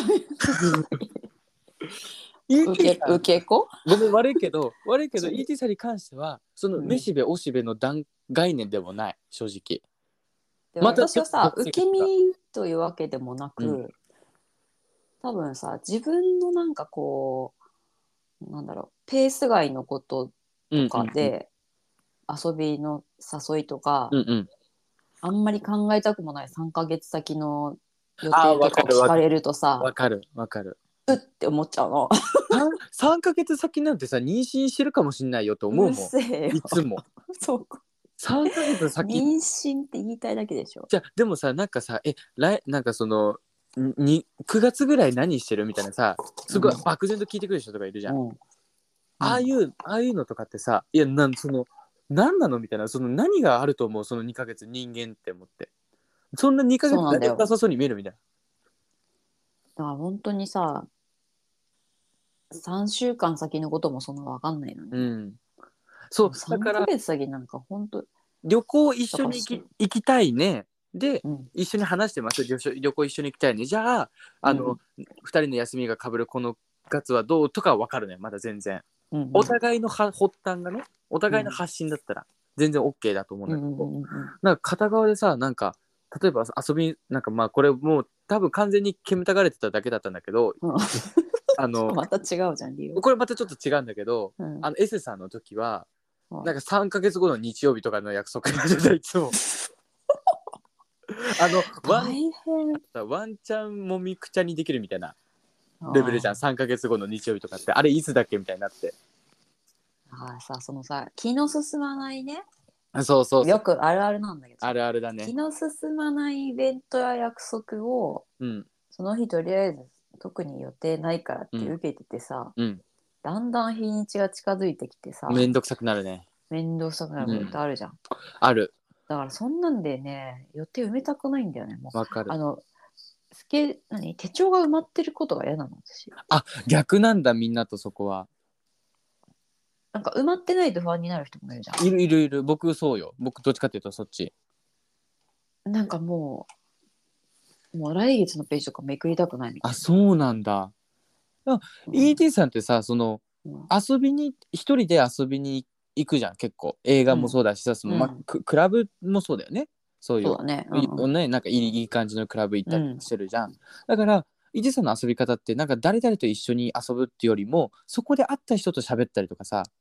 受け受け子ごめん悪いけど悪いけど イーティー さんに関してはそのめしべおしべの段概念でもない正直。 で私はさ、受け身というわけでもなく、うん、多分さ自分のなんかこうなんだろうペース外のこととかで、遊びの誘いとか、うんうん、あんまり考えたくもないさんかげつ先の予定とかを聞かれるとさ、 わかるわかるうって思っちゃうのさんかげつ先なんてさ妊娠してるかもしんないよと思うもん。いつもそうさんかげつ先妊娠って言いたいだけでしょ。 じゃでもさなんかさえ来なんかそのにくがつぐらい何してるみたいなさすごい漠然と聞いてくる人とかいるじゃん、うん、ああいうああいうのとかってさいやなんその何なのみたいな、その何があると思うそのにかげつ人間って思って、そんなにかげつ何もなさそうに見えるみたいな。 だから本当にささんしゅうかん先のこともそんな分かんないのに、うん、 そうだからさんかげつ先なんか本当旅行一緒に行き、行きたいねで、うん、一緒に話してます。旅行一緒に行きたいね、じゃああの、うん、ふたりの休みが被るこの月はどうとか分かるね、まだ全然、うんうん、お互いの発端がねお互いの発信だったら全然 OK だと思うんだけど、うんうんうん、なんか片側でさなんか例えば遊びなんかまあこれもう多分完全に煙たがれてただけだったんだけど、うん、あのまた違うじゃん理由。 これまたちょっと違うんだけど、うん、あの S さんの時は、うん、なんかさんかげつごの日曜日とかの約束が出たいつもあのワン、ワンチャンもみくちゃにできるみたいなレベルじゃん。さんかげつごの日曜日とかってあれいつだっけみたいになって、 ああさそのさ気の進まないね、 そうそうそうよくあるあるなんだけど、 あるあるだね、 気の進まないイベントや約束を、うん、その日とりあえず特に予定ないからって受けててさ、うん、だんだん日にちが近づいてきてさめんどくさくなるね。 めんどくさくなることってあるじゃん、うん、 ある。 だからそんなんでね予定埋めたくないんだよね。もうわかる。 あのスケ何手帳が埋まってることが嫌なの私。 あ逆なんだみんなとそこは。 なんか埋まってないと不安になる人もいるじゃん。 いるいるいる。僕そうよ。僕どっちかっていうとそっち。 なんかもうもう来月のページとかめくりたくないみたいな。 あそうなんだ。うん、イーティー さんってさその、うん、遊びに一人で遊びに行くじゃん結構。映画もそうだしさ、うんそのまうん、クラブもそうだよね。そういうそうだね、うんうん、 ねなんかいい、いい感じのクラブ行ったりしてるじゃん、うん、だからイーティーさんの遊び方ってなんか誰々と一緒に遊ぶっていうよりもそこで会った人と喋ったりとかさ、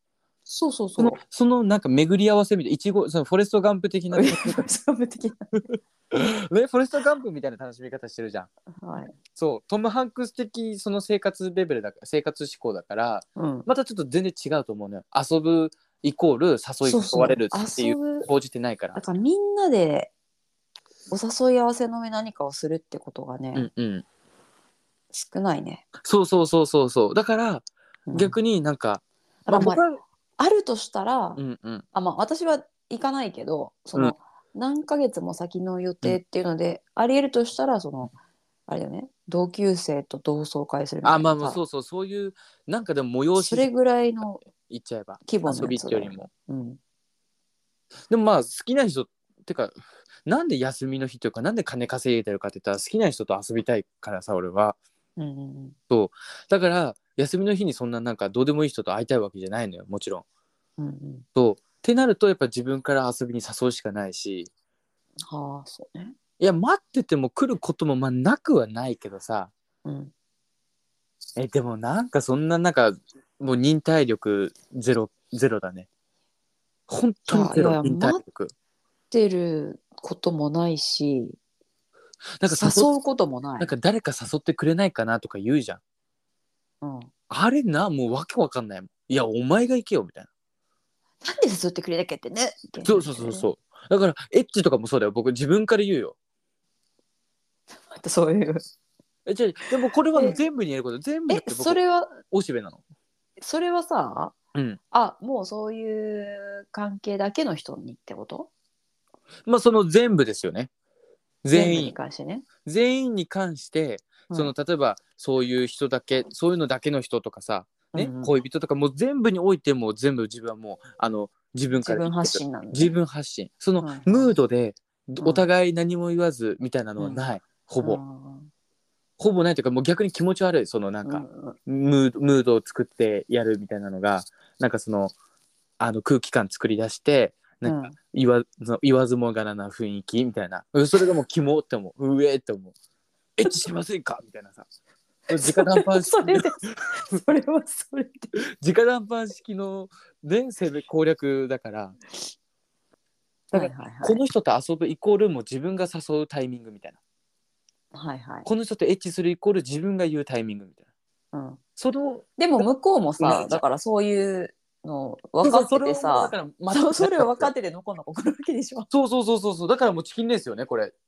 そうそうそう。 そのそのなんか巡り合わせみたいな、いちごそのフォレストガンプ的な楽しみ方サブ的ね、フォレストガンプみたいな楽しみ方してるじゃん。 な。はい。 そうトム・ハンクス的その生活レベルだから生活志向だから、 うん。 またちょっと全然違うと思うのよ。遊ぶイコール誘いそうそう。 誘われるっていう遊ぶ。 報じてないから。 だからみんなでお誘い合わせの上何かをするってことがね、 うんうん。 少ないね。 そうそうそうそうそう。だから、 うん、 逆になんか、 だからまあ、 僕は、 あるとしたら、 うんうんあまあ私は行かないけど、そうんの、何ヶ月も先の予うん。 定っていうので、ありえるとしたら、その、あれよね、同級生と同窓会するみあ、 たいなさ、 まあまあそうそう、そういう、なんかでも催しそれぐらいの言っちゃえば、 規模の遊びっやつだよ。 てよりも。 うん。 でもまあ好きな人ってか、なんで休みの日というか、なんで金稼いでるかって言ったら、好きな人と遊びたいからさ、俺は。 うんうんそう。だから、休みの日にそんななんかどうでもいい人と会いたいわけじゃないのよ、もちろん。 うん。うんうん。 そう。ってなると、やっぱ自分から遊びに誘うしかないし、 はあ、そうね。 いや、待ってても来ることもまあなくはないけどさ、 うん。 え、でもなんかそんななんか、もう忍耐力ゼロ、ゼロだね。本い当にゼロ、 やいや、 忍耐待っ力。 てることもないし、 なんか誘っ、 誘うこともない。 なんか誰か誘ってくれないかなとか言うじゃん。 うん。なんあれな、もうわけわかんないもん。いや、お前が行けよ、みたいな。 で誘ってくれなきゃってねってそうそうそうそう。だから、エッチとかもそうだよ。僕、自分から言うよ。 またそういう。 え、じゃあでもこれはえ、 全部にやること、全部だっえ、 て僕、 それは、 おしべなの。 それはさ、 うん。 あ、もうそういう関係だけの人にってこと？ まあ、その全部ですよね。 全部に全員。 関してね。 全員に関して、その、 うん。 例えば、そういう人だけ、そういうのだけの人とかさ、ね、 うんうん、 恋人とか、もう全部においても、全部自分はもう、あの、自分か自分発ら言ってる。 信なのね。 自分発信。その、 はいはい。 ムードで、 うんお互い何も言わず、みたいなのはない。ほうぼ。 んほぼないというか、もう逆に気持ち悪い。その、なんか、 うんうんムード、ムードを作ってやるみたいなのが、なんかその、あの空気感作り出してなんかうん。 言わその言わずもがらな雰囲気みたいな、それがもうキモって思う、うえって思う、エッチしませんかみたいなさ、直談判式それで、それはそれで。 直談判式のね攻め攻略だから、だからはいはいはい。 この人と遊ぶイコールもう自分が誘うタイミングみたいな、 はいはい。 この人とエッチするイコール自分が言うタイミングみたいな、 うん。 そのでも向こうもさ、 ないじゃん。 だからそういうのそうそう、 分かってそれをもうだてさ、 から待ちそそれを分かっっててのこのこ来るわけでしょ。 そうそうそうそうそう、だからもうチキンレースよねこれ。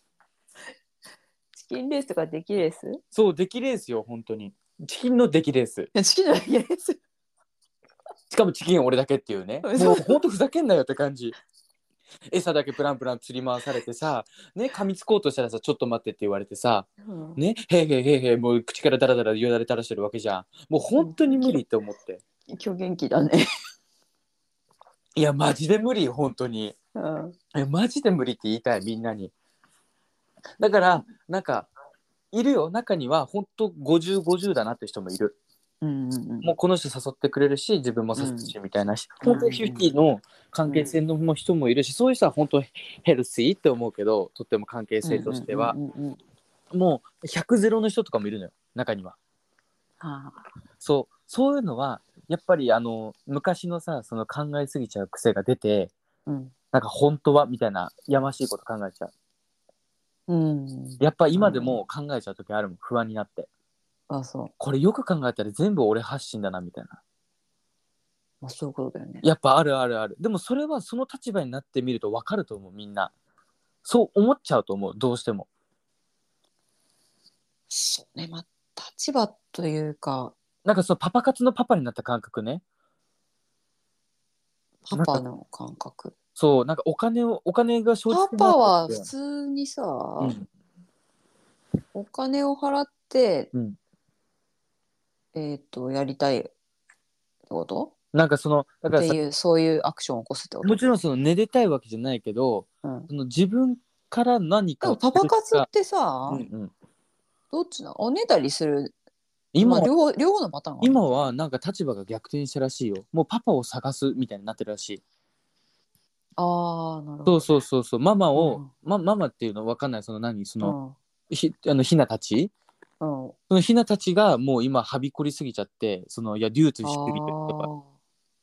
チキンレースとかできレース？ そう、出来レースよ本当に、チキンの出来レース。 チキンじゃないレース。 しかもチキン俺だけっていうね。もうほんとふざけんなよって感じ。餌だけプランプラン釣り回されてさ、ね、噛みつこうとしたらさ、ちょっと待ってって言われてさ、 うん、 ね、へいへいへいへい、もう口からダラダラよだれ垂らしてるわけじゃん。もう本当に無理って思って。 今日元気だね。 いや、マジで無理、本当に。 うん。 え、マジで無理って言いたい、みんなに。だから、なんか、いるよ、中には本当ごじゅう、ごじゅうだなって人もいる。 うんうんうん。 もうこの人誘ってくれるし、自分も誘うしみたいな、 うん本当にフィフティの関係性の人もいるし、そういう人は本当ヘルシーって思うけど、とっても関係性としては、 うんうんうんうん、 もうひゃくゼロの人とかもいるのよ、中には。 はあ、 そう、そういうのは、やっぱりあの昔のさ、その考えすぎちゃう癖が出て、 うん、 なんか本当はみたいなやましいこと考えちゃう。 うん、 やっぱ今でも考えちゃう時あるもん、不安になって。 あ、そう。 これよく考えたら全部俺発信だなみたいな。 まあ、そういうことだよね。 やっぱあるあるある。でもそれはその立場になってみると分かると思う、みんな。そう思っちゃうと思う、どうしても。 そうね、まあ、立場というか、 なんかそのパパ活のパパになった感覚ね。 パパの感覚。 そう、なんかお金を、お金が生じパてなパは普くて。 通にさ、 うん。 お金を払って、 うん。 えっと、やりたいってこと？ なんかその、だからさ、 っていう、そういうアクションを起こすってこと？ もちろんその寝れたいわけじゃないけど、 うん。 その自分から何かをでもパパするか、 活ってさ、 うんうん。 どっちなの？おねだりする。まあ、 今は、 両方、両方のパターンがあるのか。 今はなんか立場が逆転したらしいよ。もうパパを探すみたいになってるらしい。 ああ、なるそうほどね。 そうそうそう、ママを、 うん。 ま、ママっていうのわかんない、その何、その、 うん。 ひ、あの、ひなたちうん。 そのひなたちがもう今はびこりすぎちゃって、その、いや、流通あしすぎてるとか、 あ。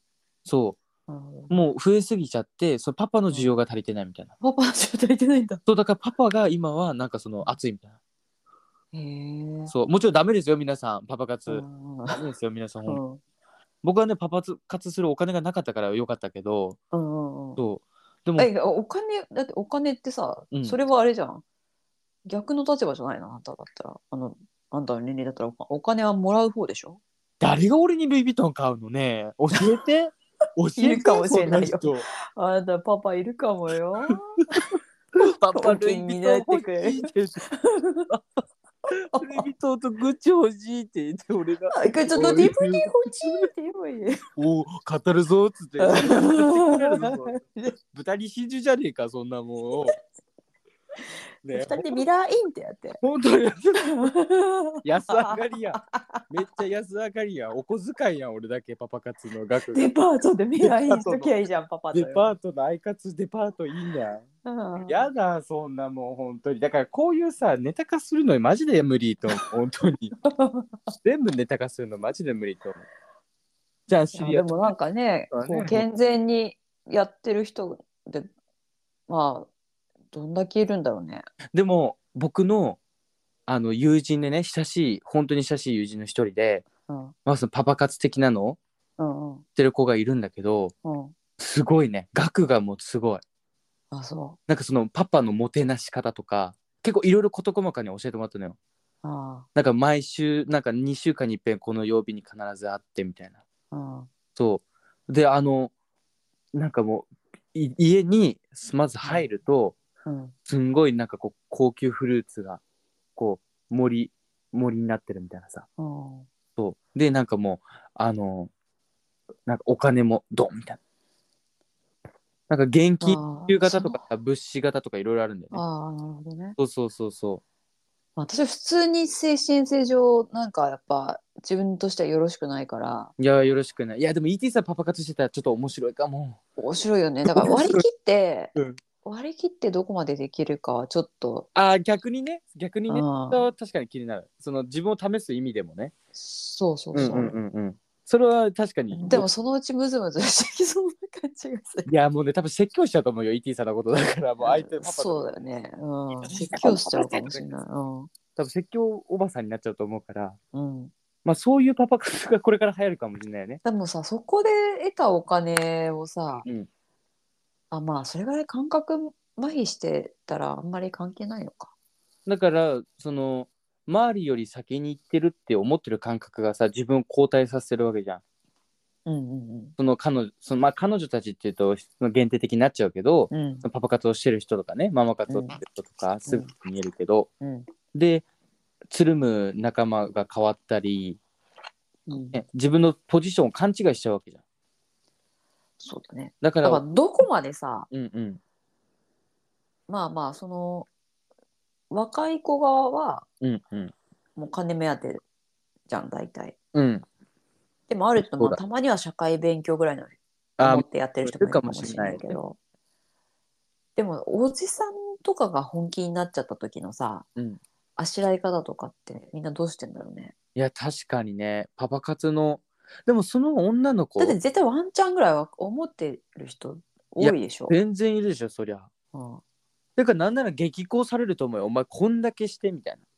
そう、もう増えすぎちゃってそのパパの需要が足りてないみたいな、 パパの需要足りてないんだ。 そうだからパパが今はなんかその熱いみたいな。 へえ。 そうもちろんダメですよ皆さんパパ活、 うん、 ダメですよ皆さん、 うん、 僕はねパパ活するお金がなかったからよかったけど、 うんうん。 そうでも、 え、お金、だってお金ってさ、 うん、 それはあれじゃん。逆の立場じゃないの、あなただったら。あの、あんたの年齢だったらおお金はもらう方でしょ？ 誰が俺にルイ・ヴィトン買うのね、教えて教えているかもしそんなれないよ。 人。 あなたパパいるかもよ。 パパおルイ・ヴ気になっィトン欲てくれる。 しいって言って、ルイ・ヴィトンとグッチ欲しいって言って俺があ、これちょっと ディーブイディー 欲しいって言えばいい。 おお語るぞっつって買ってくれるぞ豚に真珠じゃねえかそんなもんね。 二人でミラーインってやって。 本当に安上がりやん。めっちゃ安上がりやん。お小遣いやん俺だけパパ活の額が。 デパートでミラーインしときゃいいじゃん、パパとよ。 デパートのアイカツデパートいいんや。 うん、 やだそんなもん本当に。だからこういうさネタ化するのマジで無理と思う本当に。全部ネタ化するのマジで無理と思う。じゃあ知り合い。 でもなんかね、こう健全にやってる人で、まあどんだけいるんだろうね。 でも僕のあの友人でね親しい本当に親しい友人の一人で、 うんまあ、そのパパ活的なのをうんうんしてる子がいるんだけど、 うん。 すごいね額がもうすごい。 あ、そなんかそのパパのもてなし方とか結構いろいろ事細かに教えてもらったのよ。 う。あなんか毎週なんかにしゅうかんに一遍この曜日に必ず会ってみたいな。 あ、うん。 そうであのなんかもうい家にまず入ると、 うん、 すんごいなんかこう高級フルーツがこう森森になってるみたいなさ。 うん、 そうでなんかもうあのなんかお金もドンみたいな。なんか現金ああ、そ給型とかの、 物資型とかいろいろあるんだよね。 ああ、なるほどね。 そうそうそうそ私は普通に精神性上なんかやっぱ自分としてはよろしくないから。 う。いやよろしくない。いやでも イーティー さんパパ活してたらちょっと面白いかも。 面白いよね。だから割り切ってうん、 割り切ってどこまでできるかはちょっと。 ああ逆にね逆にね。それうん、 は確かに気になる。その自分を試す意味でもね。 そうそうそうんうんうんうん。それは確かに。 う。でもそのうちムズムズしてきそうな感じがする。 いやもうね多分説教しちゃうと思うよ イーティー さんのことだからもう相手パパそうだよね。うん。説教しちゃうかもしれない。 多分説教おばさんになっちゃうと思うから、 うん。うん。 まあそういうパパ活がこれから流行るかもしれないよね。 でもさ、そこで得たお金をさ、 うん。 あ、まあそれぐらい感覚麻痺してたらあんまり関係ないのか。 だからその周りより先に行ってるって思ってる感覚がさ自分を後退させてるわけじゃん。 うんうんその彼女そのまあ彼女たちっていうとその限定的になっちゃうけど、 うん。 そのパパ活をしてる人とかねママ活をしてる人とかすぐ見えるけど、 うん。 でつるむ仲間が変わったり、 うん。 ね、自分のポジションを勘違いしちゃうわけじゃん。 そうだね。 だからだからどこまでさ、 うんうんまあまあその若い子側はうんうんもう金目当てじゃん大体。 うんでもあるとそうだ。 まあたまには社会勉強ぐらいのあ思ってやってる人もいるかもしれないけど、でもおじさんとかが本気になっちゃった時のさ、 うん、 あしらい方とかってみんなどうしてんだろうね。 いや確かにねパパ活のでもその女の子だって絶対ワンチャンぐらいは思ってる人いや多いでしょ。 全然いるでしょそりゃ。 うん、 てかなんなら激高されると思うよお前こんだけしてみたいな。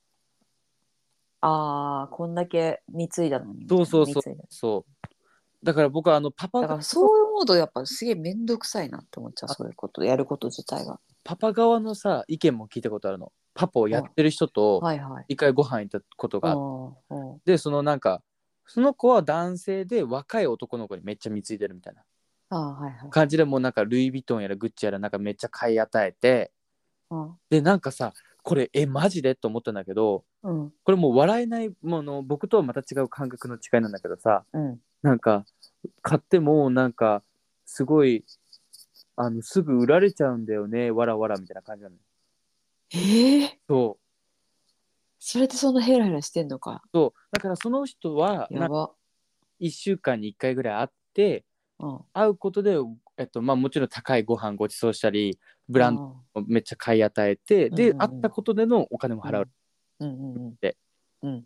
ああ、こんだけ貢いだのにみたいな。 そうそうそう貢いだ。 そうだから僕はあのパパだからそう思うとやっぱすげえめんどくさいなって思っちゃう、そういうことやること自体が。 パパ側のさ意見も聞いたことあるの。パパをやってる人とはいはい。 一回ご飯行ったことがあっうんうん。 てそのなんかその子は男性で若い男の子にめっちゃ貢いでるみたいなああ、はいはい。 感じでもうなんかルイ・ヴィトンやらグッチやらなんかめっちゃ買い与えてうんでなんかさこれえマジでと思ったんだけどうん。 これもう笑えないもの僕とはまた違う感覚の違いなんだけどさうん。 なんか買ってもなんかすごいあのすぐ売られちゃうんだよねわらわらみたいな感じなの。 ええ、 そうそれでそんなヘラヘラしてんのか。 そうだからその人はなんかやば。 いっしゅうかんにいっかいぐらい会ってうん。 会うことで、えっとまあ、もちろん高いご飯ごちそうしたりブランドあをめっちゃ買い与えてうんうんうんで会ったことでのお金もうん。 払うっうんうんてうん。うん。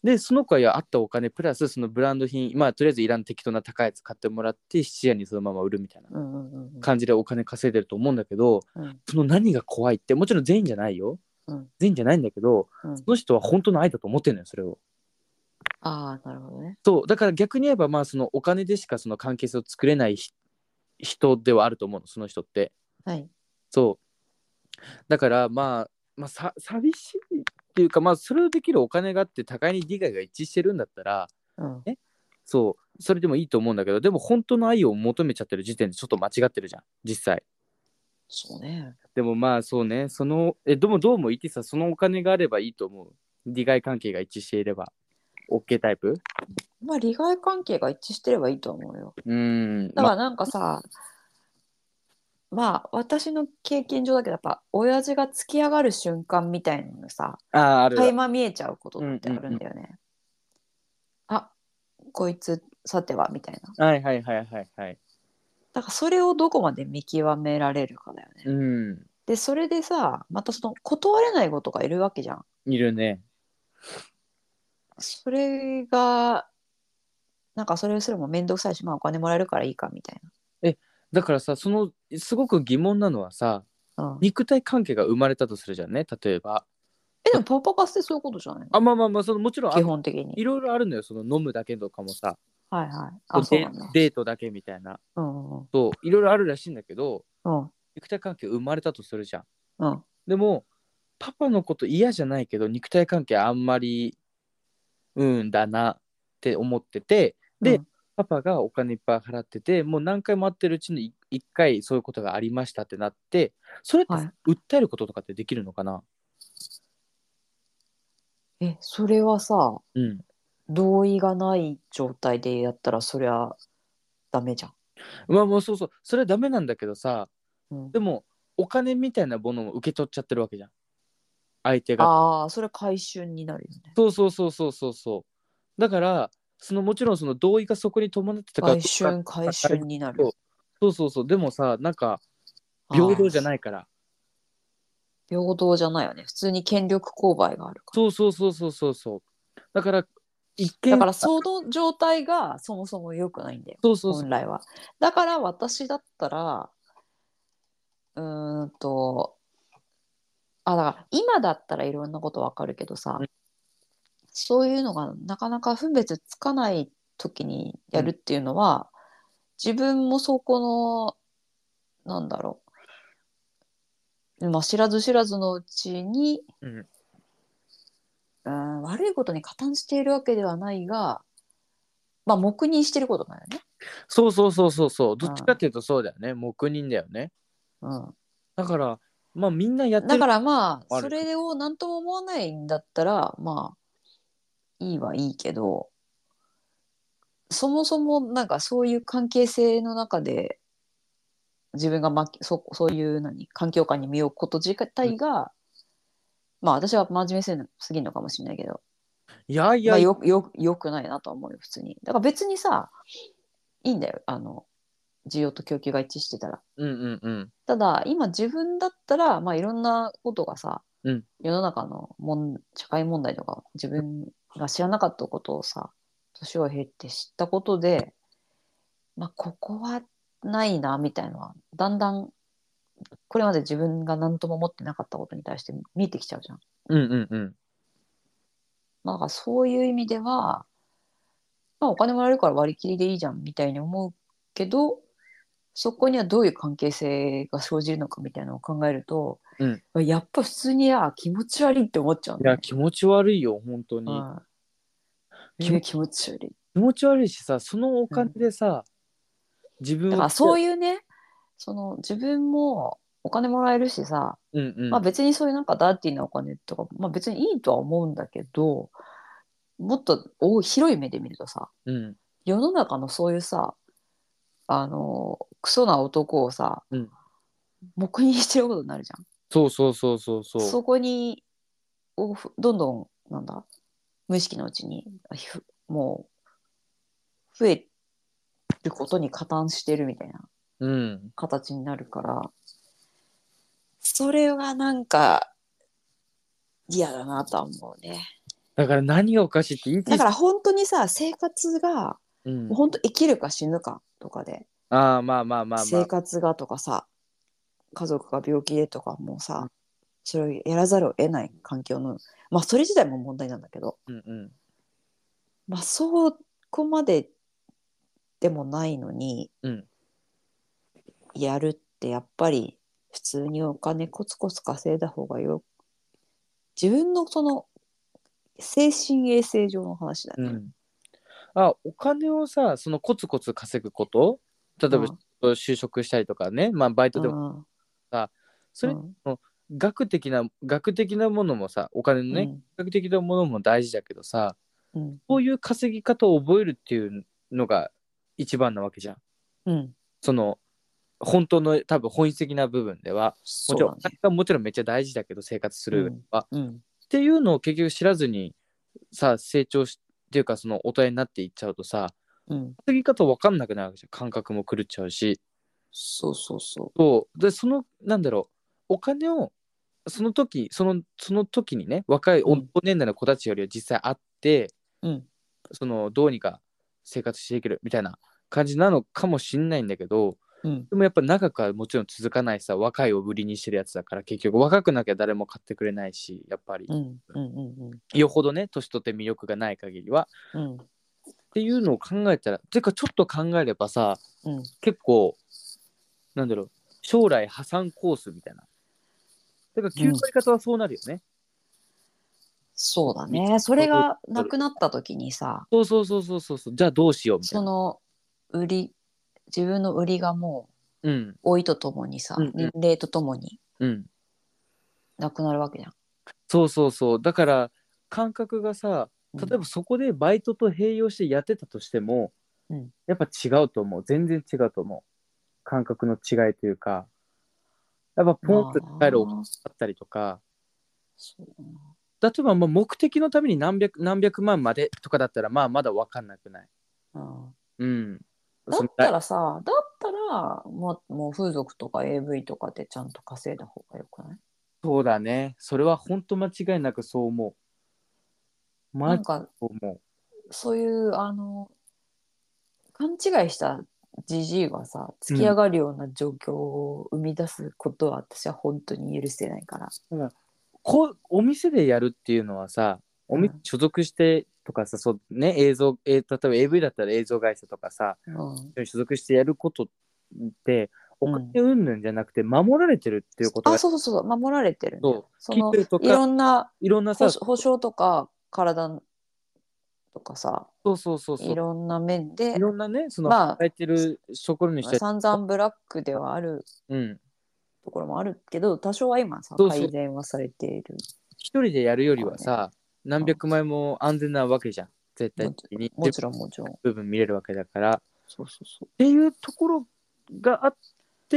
でその子はあったお金プラスそのブランド品、まあとりあえずいらん適当な高いやつ買ってもらって質屋にそのまま売るみたいな感じでお金稼いでると思うんだけど、うん、その何が怖いって、もちろん全員じゃないよ、うん、全員じゃないんだけど、うん、その人は本当の愛だと思ってるのよそれを。 ああなるほどね。 そうだから逆に言えばまあそのお金でしかその関係性を作れない人ではあると思うのその人って。はい。そうだからまあまあさ寂しいっていうか、まあそれをできるお金があって互いに利害が一致してるんだったら、うん、ね、そうそれでもいいと思うんだけど、でも本当の愛を求めちゃってる時点でちょっと間違ってるじゃん実際。 そうね。 でもまあそうね、そのえでもどうも言ってさ、そのお金があればいいと思う。利害関係が一致していれば OK タイプ。 まあ利害関係が一致してればいいと思うよ。うんだからなんかさ、まあ私の経験上だけどやっぱ親父が突き上がる瞬間みたいなのさ、あ垣間見えちゃうことってあるんだよね。うんうんうん、あこいつさてはみたいな。はいはいはいはいはい。 だからそれをどこまで見極められるかだよね。うん、でそれでさまたその断れない子とかいるわけじゃん。 いるね。 それがなんかそれをするも面倒くさいし、まあお金もらえるからいいかみたいな。 えだからさ、そのすごく疑問なのはさ、うん、肉体関係が生まれたとするじゃんね、例えば。 えでもパパ活ってそういうことじゃないの？ あまあまあまあそのもちろん基本的にいろいろあるのよ、その飲むだけとかもさ。 はいはい。あそうなんだ。 デートだけみたいな。うんうん、そういろいろあるらしいんだけど、うん、肉体関係生まれたとするじゃん。うん、でもパパのこと嫌じゃないけど肉体関係あんまりうんだなって思ってて、で、うん、パパがお金いっぱい払っててもう何回も会ってるうちにいっかいそういうことがありましたってなって、それって訴えることとかってできるのかな？はい、 えそれはさ、うん、同意がない状態でやったらそりゃダメじゃん。 まあもうそうそうそれはダメなんだけどさ、うん、でもお金みたいなものを受け取っちゃってるわけじゃん相手が。 ああそれは回収になるよね。 そうそうそうそうそうそうだからそのもちろんその同意がそこに伴ってたか回収回収になる。 そうそうそうでもさなんか平等じゃないから。 平等じゃないよね。普通に権力勾配があるから。 そうそうそうそうそうそうだから一見だからその状態がそもそも良くないんだよ。そうそうそう本来は。だから私だったらうーんとあだから今だったらいろんなことわかるけどさ、うん、そういうのがなかなか分別つかない時にやるっていうのは、うん、自分もそこのなんだろう、まあ、知らず知らずのうちに、うん、うん悪いことに加担しているわけではないが、まあ黙認してることなんよね。 そうそうそうそうそうどっちかっていうとそうだよね、うん、黙認だよね。うん、だからまあみんなやってる。 だからまあそれを何とも思わないんだったらまあいいはいいけど、そもそもなんかそういう関係性の中で自分が、ま、そそういう何環境下に身を置くこと自体が、うん、まあ私は真面目すすぎるのかもしれないけど、 いやいや、 まあ、よよよくないなとは思うよ普通に。だから別にさいいんだよ、あの需要と供給が一致してたら。うんうんうん、ただ今自分だったら、まあ、いろんなことがさ、うん、世の中のもん社会問題とか自分が知らなかったことをさ年を経って知ったことで、まあ、ここはないなみたいなのはだんだんこれまで自分が何とも思ってなかったことに対して見えてきちゃうじゃん。うんうんうん。なんかそういう意味では、まあ、お金もらえるから割り切りでいいじゃんみたいに思うけど、そこにはどういう関係性が生じるのかみたいなのを考えると、うん、やっぱ普通にあ気持ち悪いって思っちゃう、 ね、いや気持ち悪いよ本当に、 うんえー、気持ち悪い気持ち悪いしさそのお金でさ、うん、自分をだからそういうねその自分もお金もらえるしさ、うんうんまあ、別にそういうなんかダーティーなお金とか、まあ、別にいいとは思うんだけどもっと広い目で見るとさ、うん、世の中のそういうさあのクソな男をさ、うん、黙認してることになるじゃん。 そうそうそうそうそうそこにどんどんなんだ無意識のうちにもう増えることに加担してるみたいな形になるから、うん、それはなんか嫌だなとは思うね。 だから何がおかしいって言いだから本当にさ生活が、 うん、 もう本当生きるか死ぬかとかで、 ああまあまあまあま生あ、 活がとかさ家族が病気でとかもううんさそれをやらざるを得ない環境のまあそれ自体も問題なんだけど、 うんうん、 まあそこまででもないのにうん、 やるってやっぱり普通にお金コツコツ稼いだ方がよ自分のその精神衛生上の話だよね。 うん。あ、お金をさ、そのコツコツ稼ぐこと、例えばうん就職したりとかね、まあバイトでもうんさ、それうんの学的な、学的なものもさ、お金のね、 うん学的なものも大事だけどさ、 うんこういう稼ぎ方を覚えるっていうのが一番なわけじゃん。 うんその、本当の多分本質的な部分では、もちろん、お金そうだね。 がもちろんめっちゃ大事だけど、生活する上でうんは。 うんっていうのを結局知らずにさ、成長しっていうか、その大人になっていっちゃうとさ、 うん稼ぎ方分かんなくなるわけじゃん。感覚も狂っちゃうし。 そうそうそそうで、その、なんだろう、お金をその時、その、その時にね、若い同う。うん年代の子たちよりは実際あって、 うんその、どうにか生活していけるみたいな感じなのかもしんないんだけど、 うんでもやっぱ長くはもちろん続かないさ、若いを売りにしてるやつだから、結局若くなきゃ誰も買ってくれないし、やっぱり。 うんうんうんよほどね、年取って魅力がない限りは。 うんっていうのを考えたら、てかちょっと考えればさ、 うん結構、なんだろう、将来破産コースみたいな。だからきゅううん割方はそうなるよね。 そうだね。それがなくなった時にさ、 そうそうそうそうそうそう。じゃあどうしようみたいな。 その売り自分の売りがもうん。 う老いとともにさ、 うんうん年齢とともにうん。 なくなるわけじゃん。 そうそうそう。だから感覚がさ、 うん例えばそこでバイトと併用してやってたとしても、 うんやっぱ違うと思う。全然違うと思う。感覚の違いというか、やっぱポンまと使えるお金あだったりとか、 そうだな。 例えばもう目的のために何百、何百万までとかだったら、まあまだ分かんなくない。 うんうん。 だっそのだたらさ、だったらもう、もう風俗とか エーブイ とかでちゃんと稼いだ方がよくない？ そうだね。それは本当間違いなくそう思う。マジでなんかそう思そういうあの勘違いしたじじいがさう。 突き上がるような状況を生み出すことは私は本当に許せないから。 うん。だからこうお店でやるっていうのはさ、お店うん所属してとかさ、そうね、映像、えー例えば エーブイ だったら映像会社とかさ、 うん所属してやることって、お金うん云々じゃなくて守られてるっていうことが、 あ、そうそうそう、守られてるんだよ。 そう、企そのい業とか、 ろんないろんなさ、 保保証とか体とかさ、 そうそうそうそう、 いろんな面で、 いろんなね、そのま働いてるところにしあ、 て、 散々ブラックではあるうん、 ところもあるけど、多少は今さ、 そうそう、 改善はされている一人でやるよりからね。 はさ、何うん、 百枚も安全なわけじゃん。絶対もち的に。 もちろんもちろん。 部分見れるわけだから。っそうそうそていうところがあって、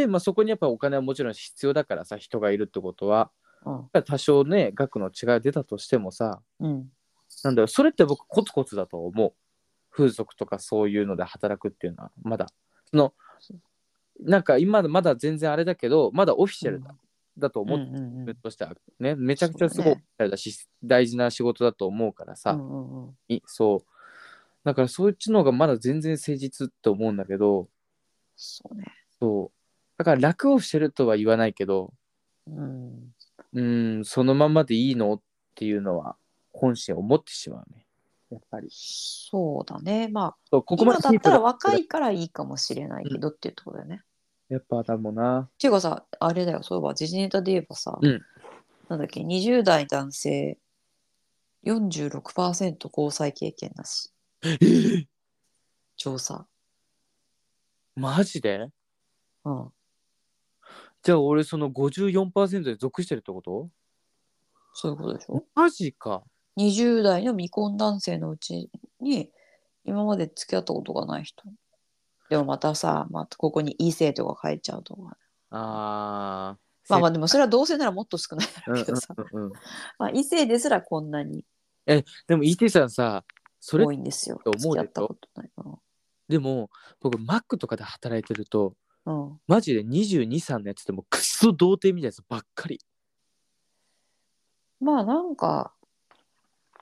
まあ、そこにやっぱお金はもちろん必要だからさ、人がいるってことは。 う。 多少ね、額の違いが出たとしてもさ、 うん。うん。 なんだろう、それって僕コツコツだと思う。風俗とかそういうので働くっていうのは、まだ。その、なんか今まだ全然あれだけど、まだオフィシャルだ,、だとうん思ってうんうん。 るとしては、ね、めちゃくちゃすごいオフィそうね。 シャルだし、大事な仕事だと思うからさ、 うんうんうん。 いそう。だからそっちの方がまだ全然誠実って思うんだけど、 そうね。 そう。だから楽をしてるとは言わないけど、 うん。 うーん、そのままでいいのっていうのは本心を持ってしまうね。やっぱり。 そうだね。まあ、 そう、ここま今だったらでキープだ。 若いからいいかもしれないうん、 けどっていうところだよね。 やっぱだもんな。 っていうかさ、あれだよ、そういえば、時事ネタで言えばさ、 うん。 なんだっけ、にじゅう代男性よんじゅうろくパーセント交際経験なし。 えー、 調査。 マジで？ うん。 じゃあ俺そのごじゅうよんパーセントで属してるってこと？ そういうことでしょ？ マジか。 にじゅう 代の未婚男性のうちに、今まで付き合ったことがない人。でもまたさ、またここに異性とか書いちゃうとか。 あー。せまあまあでもそれは同性ならもっと少ないだうんうんろうけどさ。 うんうん。 まあ異性ですらこんなにえ、でも イーティー さんさ、それって多いんですよ。 思うでしょ？ 付き合ったことないかでも僕マックとかで働いてると、 な。うん。 マジでにじゅうに、さんのやつでもクソ童貞みたいなやつばっかり。 まあなんか、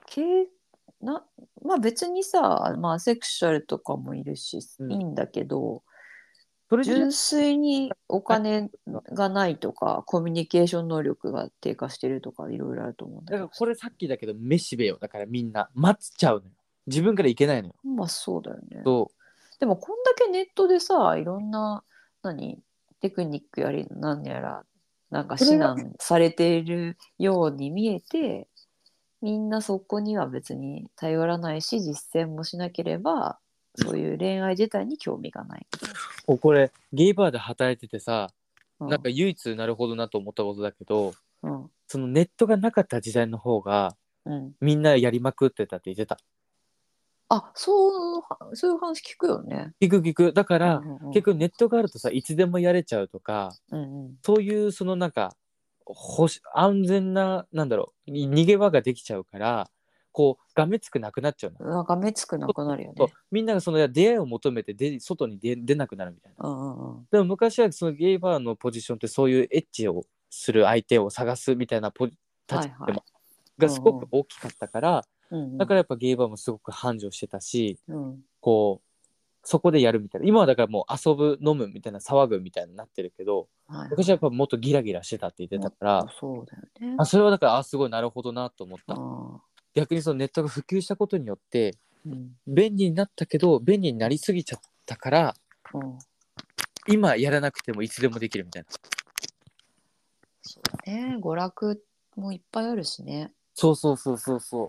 けなまあ別にさ、まあ、セクシュアルとかもいるし、 うん、 いいんだけど、 それで純粋にお金がないとかコミュニケーション能力が低下してるとかいろいろあると思うんだけど。 だからこれさっきだけどめしべよ。だからみんな待っちゃうのよ。自分からいけないのよ。 まあそうだよね。 そでもこんだけネットでさいろんな何テクニックやり何やらなんか指うそれが南されているように見えて、みんなそこには別に頼らないし実践もしなければそういう恋愛自体に興味がない。 これゲイバーで働いててさ、 うんなんか唯一なるほどなと思ったことだけど、 うんそのネットがなかった時代の方がうん、 みんなやりまくってたって言ってた。 あ、そうそういう話聞くよね。 聞く聞く。だかうんらうんうん結局ネットがあるとさ、いつでもやれちゃうとか、 うんうん、 そういうそのなんかほし安全な、なんだろう、に逃げ場ができちゃうから、こうがめつくなくなっちゃうの。 なんか目つくなくなるよそうね。 みんながその出会いを求めてで外に出出なくなるみたいな。 うんうんうん、 でも昔はそのゲイバーのポジションってそういうエッチをする相手を探すみたいなポジ立場はいはい。 がすごく大きかったから、 うんうんだからやっぱゲイバーもすごく繁盛してたし、 うんこうそこでやるみたいな。今はだからもう遊ぶ飲むみたいな騒ぐみたいになってるけど、 はい昔はやっはぱもっとギラギラしてたって言っい。もってたから、 とそうだよね。 あそれはだからあすごいなるほどなと思っあた。 ー、 逆にそのネットが普及したことによってうん便利になったけど便利になりすぎちゃったから、 うん今やらなくてもいつでもできるみたいな。 そうだね。娯楽もいっぱいあるしね。 そうそうそうそうそう。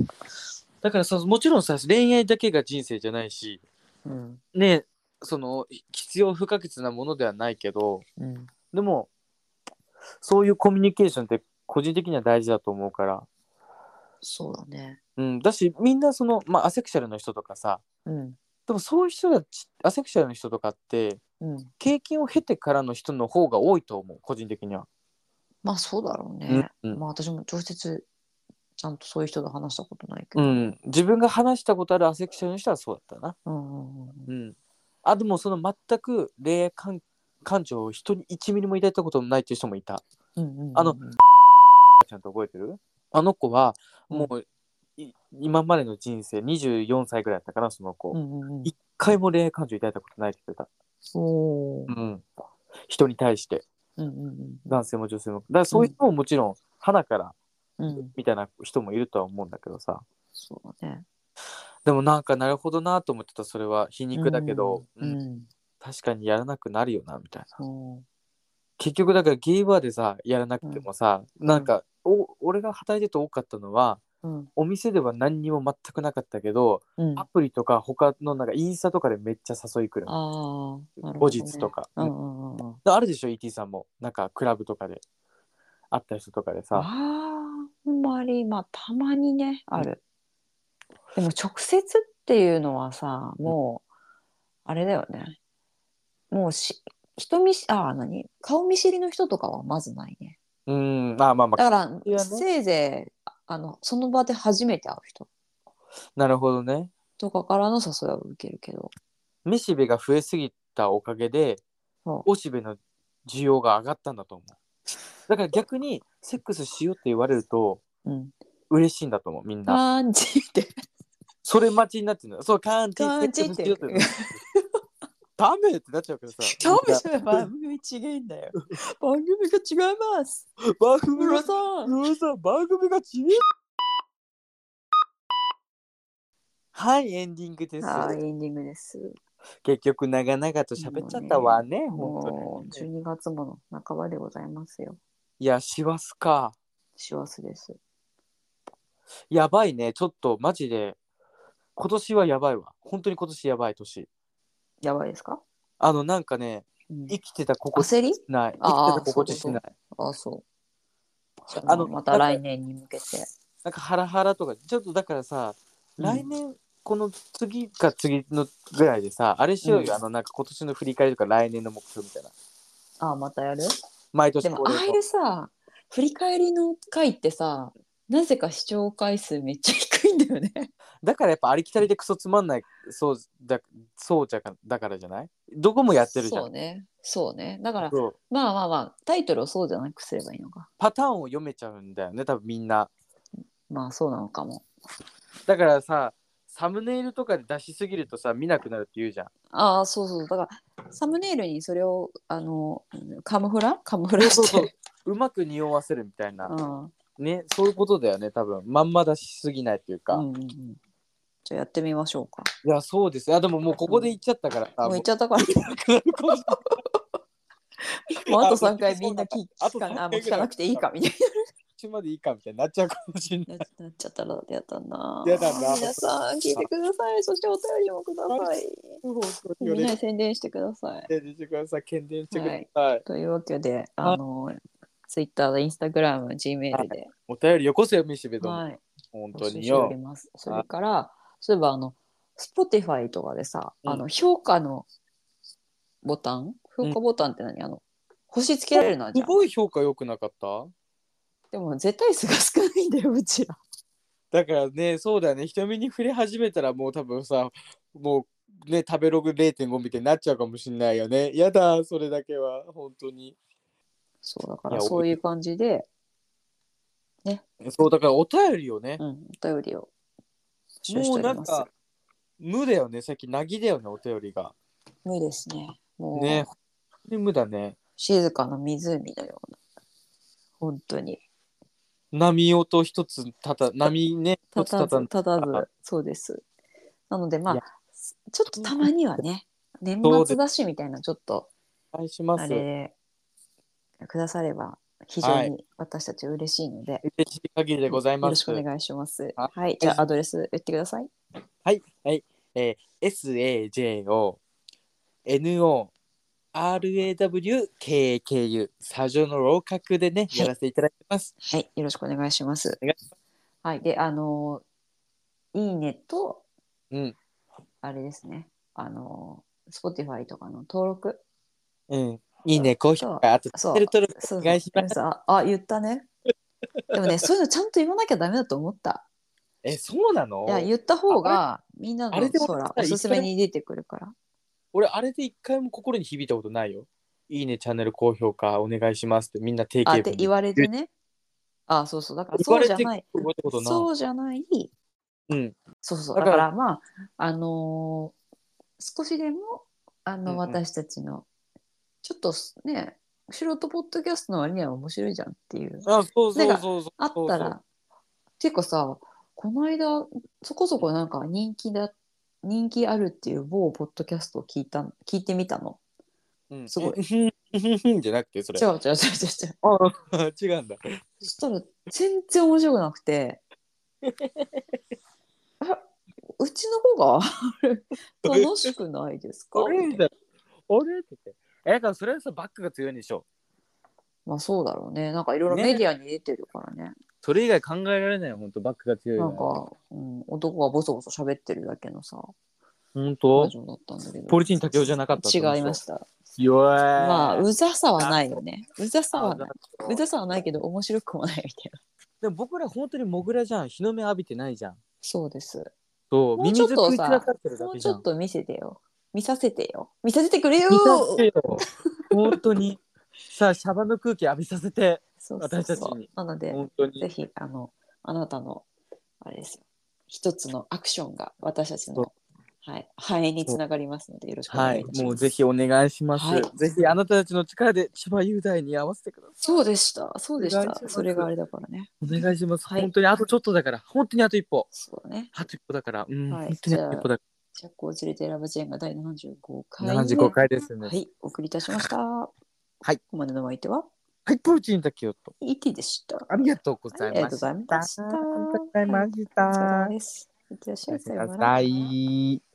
だからさ、もちろんさ、恋愛だけが人生じゃないし、 うんね、その必要不可欠なものではないけど、 うんでもそういうコミュニケーションって個人的には大事だと思うから、 そうだね。 うん、だしみんなその、まあ、アセクシャルの人とかさ、 うんでもそういう人たち、アセクシャルの人とかってうん、 経験を経てからの人の方が多いと思う、個人的には。 まあそうだろううんね。 うんまあ私も直接ちゃんとそういう人と話したことないけど。 うん、自分が話したことあるアセクシャルの人はそうだったな。 うんうんうんうん。あ、でもその全く恋愛感感情を人にいちミリも抱いたこともないっていう人もいた。 うんうんうんうん、 あの、ちゃんと覚えてる？あの子はもう、い今までの人生にじゅうよんさいぐらいだったかな、その子。 うんうんうん、 一回も恋愛感情抱いたことないって言ってた。 おー、 うん。人に対して、 うんうんうん男性も女性も。だからそういう人ももちろん、花からうん、 みたいな人もいるとは思うんだけどさ。 そうだね。 でもなんかなるほどなと思ってた、それは皮肉だけど、 ううん、 ん確かにやらなくなるよな、みたいな。 うん結局だからゲイバーでさ、やらなくてもさ、 うんなんか、お俺が働いてて多かったのは、 うんお店では何にも全くなかったけど、 うん、 アプリとか他のなんかインスタとかでめっちゃ誘い来るの。 ああ、なる後ほどね。 日とか。うんうんうんうんうん、 あるでしょ、イーティー さんも。なんかクラブとかで会った人とかでさ。 あんまり、まあたまにねあうんる。でも直接っていうのはさ、 うんもうあれだよね。もうし人見しあ何顔見知りの人とかはまずないね。 うーん、まあまあまあ。 だからいやね。 せいぜいああのその場で初めて会う人なるほどね。 とかからの誘いは受けるけど、 めしべが増えすぎたおかげで、 そおしべの需要が上がったんだと思う。だから逆にセックスしようって言われるとう、うん、 嬉しいんだと思う、みんな。 感じてそれ待ちになってるのよ。そう、感じ感じてセックスしようって。ダメってなっちゃうからさ。 多分それ番組違えんだよ。番組が違います。 番組が、 ムロさん。 ムロさん、番組が違う。はい、エンディングです。 はい、エンディングです。 結局長々と喋っちゃったわね、 もうね、 本当に。 もうじゅうにがつもの半ばでございますよ。 いや、師走か。 師走です。 やばいね、ちょっとマジで。今年はやばいわ。本当に今年やばい年。 やばいですか？ あの、なんかね、 うん、 生きてた心地焦り？ しない。生きああ、 てた心地しない。 ああ、そう。じゃあ、 あの、 また来年に向けて。 なんかハラハラとか、ちょっとだからさ、 うん、 来年、この次か次のぐらいでさ、あれしようよ、 うん、 あの、なんか今年の振り返りとか来年の目標みたいな。 ああ、またやる？ 毎年でも、 恒例のああいうさ、振り返りの回ってさ、なぜか視聴回数めっちゃ低いんだよね。 だからやっぱありきたりでクソつまんない、そうだ、そうじゃか、だからじゃない？どこもやってるじゃん。 そうね。そうね。だから、 そうまあまあまあ、タイトルをそうじゃなくすればいいのか。 パターンを読めちゃうんだよね、多分みんな。 まあそうなのかも。 だからさ、サムネイルとかで出しすぎるとさ、見なくなるって言うじゃん。 ああ、そうそう。だからサムネイルにそれをあのカムフラカムフラして。 そうそうそう。うまく匂わせるみたいな。うん、ね、そういうことだよね、多分。まんま出しすぎないっていうか。 うんうんうん、じゃあやってみましょうか。 いや、そうです。あ、でももうここで言っちゃったからさ。 もう言っちゃったから。もうあとさんかいみんな聞かな、聞かなくていいかみたいな。 までいいかみたいになっちゃうかもしれない。 なっちゃったらやだな。 やだな。 皆さん聞いてください。そしてお便りもください。みんなに宣伝してください。 宣伝してください。宣伝してください。はい、 というわけで、あの、ツイッター、インスタグラム、G メールで、はい、 お便りよこせよ、みしべども。 はい、 本当によ。 それから、そういえばあの、Spotify とかでさ、うん、あの評価のボタン、評価ボタンって何、うん、あの星つけられるのじゃん。 すごい評価良くなかった？ でも絶対数が少ないんだよ、うちら。 だからね、そうだね、人目に触れ始めたらもう多分さ、もうね、食べログ れいてんご みたいになっちゃうかもしれないよね。やだ、それだけは、本当に。 そうだからそういう感じで、ね。 そうだからお便りをね。 うん、お便りを。 もうなんか、無だよね、さっきなぎだよね、お便りが。 無ですね。もう。 ね、無だね。 静かな湖のような。本当に。 波音一つたた、波ね、 たたず、たたず、そうです。なのでまあ、ちょっとたまにはね、年末だしみたいな、ちょっと、 お願いします。 あれくだされば、非常に私たち嬉しいので、はい、 嬉しい限りでございます。 よろしくお願いします。はい、はい、じゃあアドレス言ってください。 はい、はい、えー、エスエージェーオーエヌオーアールエーダブリューケーケーユー サジョの楼閣でね、はい、やらせていただきます。 はい、よろしくお願いします。はい、で、あのいいねと、うん、あれですね、あの Spotify とかの登録、 うん、いいね、高評価、あと、 そう、 登録お願いします。 あ、あ、言ったね。でもね、そういうのちゃんと言わなきゃダメだと思った。 え、そうなの？ いや、言った方がみんなのあれでほらおすすめに出てくるから。 俺、あれで一回も心に響いたことないよ。いいね、チャンネル高評価お願いしますってみんな定型文で。あ、って言われてね。あ、そうそう。だからそうじゃない。そうじゃない。うん。そうそう。だからまあ、あのー、少しでも、あの、うんうん、私たちの、ちょっとね、素人ポッドキャストの割には面白いじゃんっていう。 あ、そうそうそうそう。 あったら、っていうかさ、この間、そこそこなんか人気だ、人気あるっていう某ポッドキャストを聞いた、聞いてみたの。うん、すごい。 じゃなくて、それ。 違う違う違う違う違う。 あ、違うんだ。 そしたら全然面白くなくて。あ、うちの方が楽しくないですか？ あれみたいな。あれって言って。え、だからそれはさ、バックが強いんでしょ。 まあそうだろうね。なんかいろいろメディアに出てるからね。 それ以外考えられないよ、本当バックが強い。 なんか、うん、男がボソボソ喋ってるだけのさ。 本当？ バージョンだったんだけど。 ポリチン竹雄じゃなかった。 違いました。 よえ。 まあ、うざさはないよね。うざさはない。うざさはないけど、面白くもないみたいな。 でも僕ら本当にモグラじゃん。日の目浴びてないじゃん。 そうです。 そう、 もうちょっとさ、もうちょっと見せてよ。見させてよ。見させてくれよ。 見させてよ。本当に。さあ、シャバの空気浴びさせて。そうそうそう、私たちに。 なので、本当にぜひ、あの、あなたの、あれですよ。一つのアクションが私たちの、はい、繁栄につながりますので、よろしくお願いします。 はい、もうぜひお願いします。はい、ぜひあなたたちの力で千葉雄大に合わせてください。 そうでした。そうでした。それがあれだからね。 お願いします。はい、本当にあとちょっとだから、本当にあと一歩。 そうだね。 あと一歩だから、うん、 はい、 本当にあと一歩だから。 じゃあ、こうちれてラブチェーンがだいななじゅうごかい、ね。 ななじゅうごかいですね。 はい、お送りいたしました。はい。ここまでのお相手ははい、ポルチン竹雄と。 イティでした。 ありがとうございました。ありがとうございました。ありがとうございました。 お疲れ様です。いってらっしゃい。さようなら。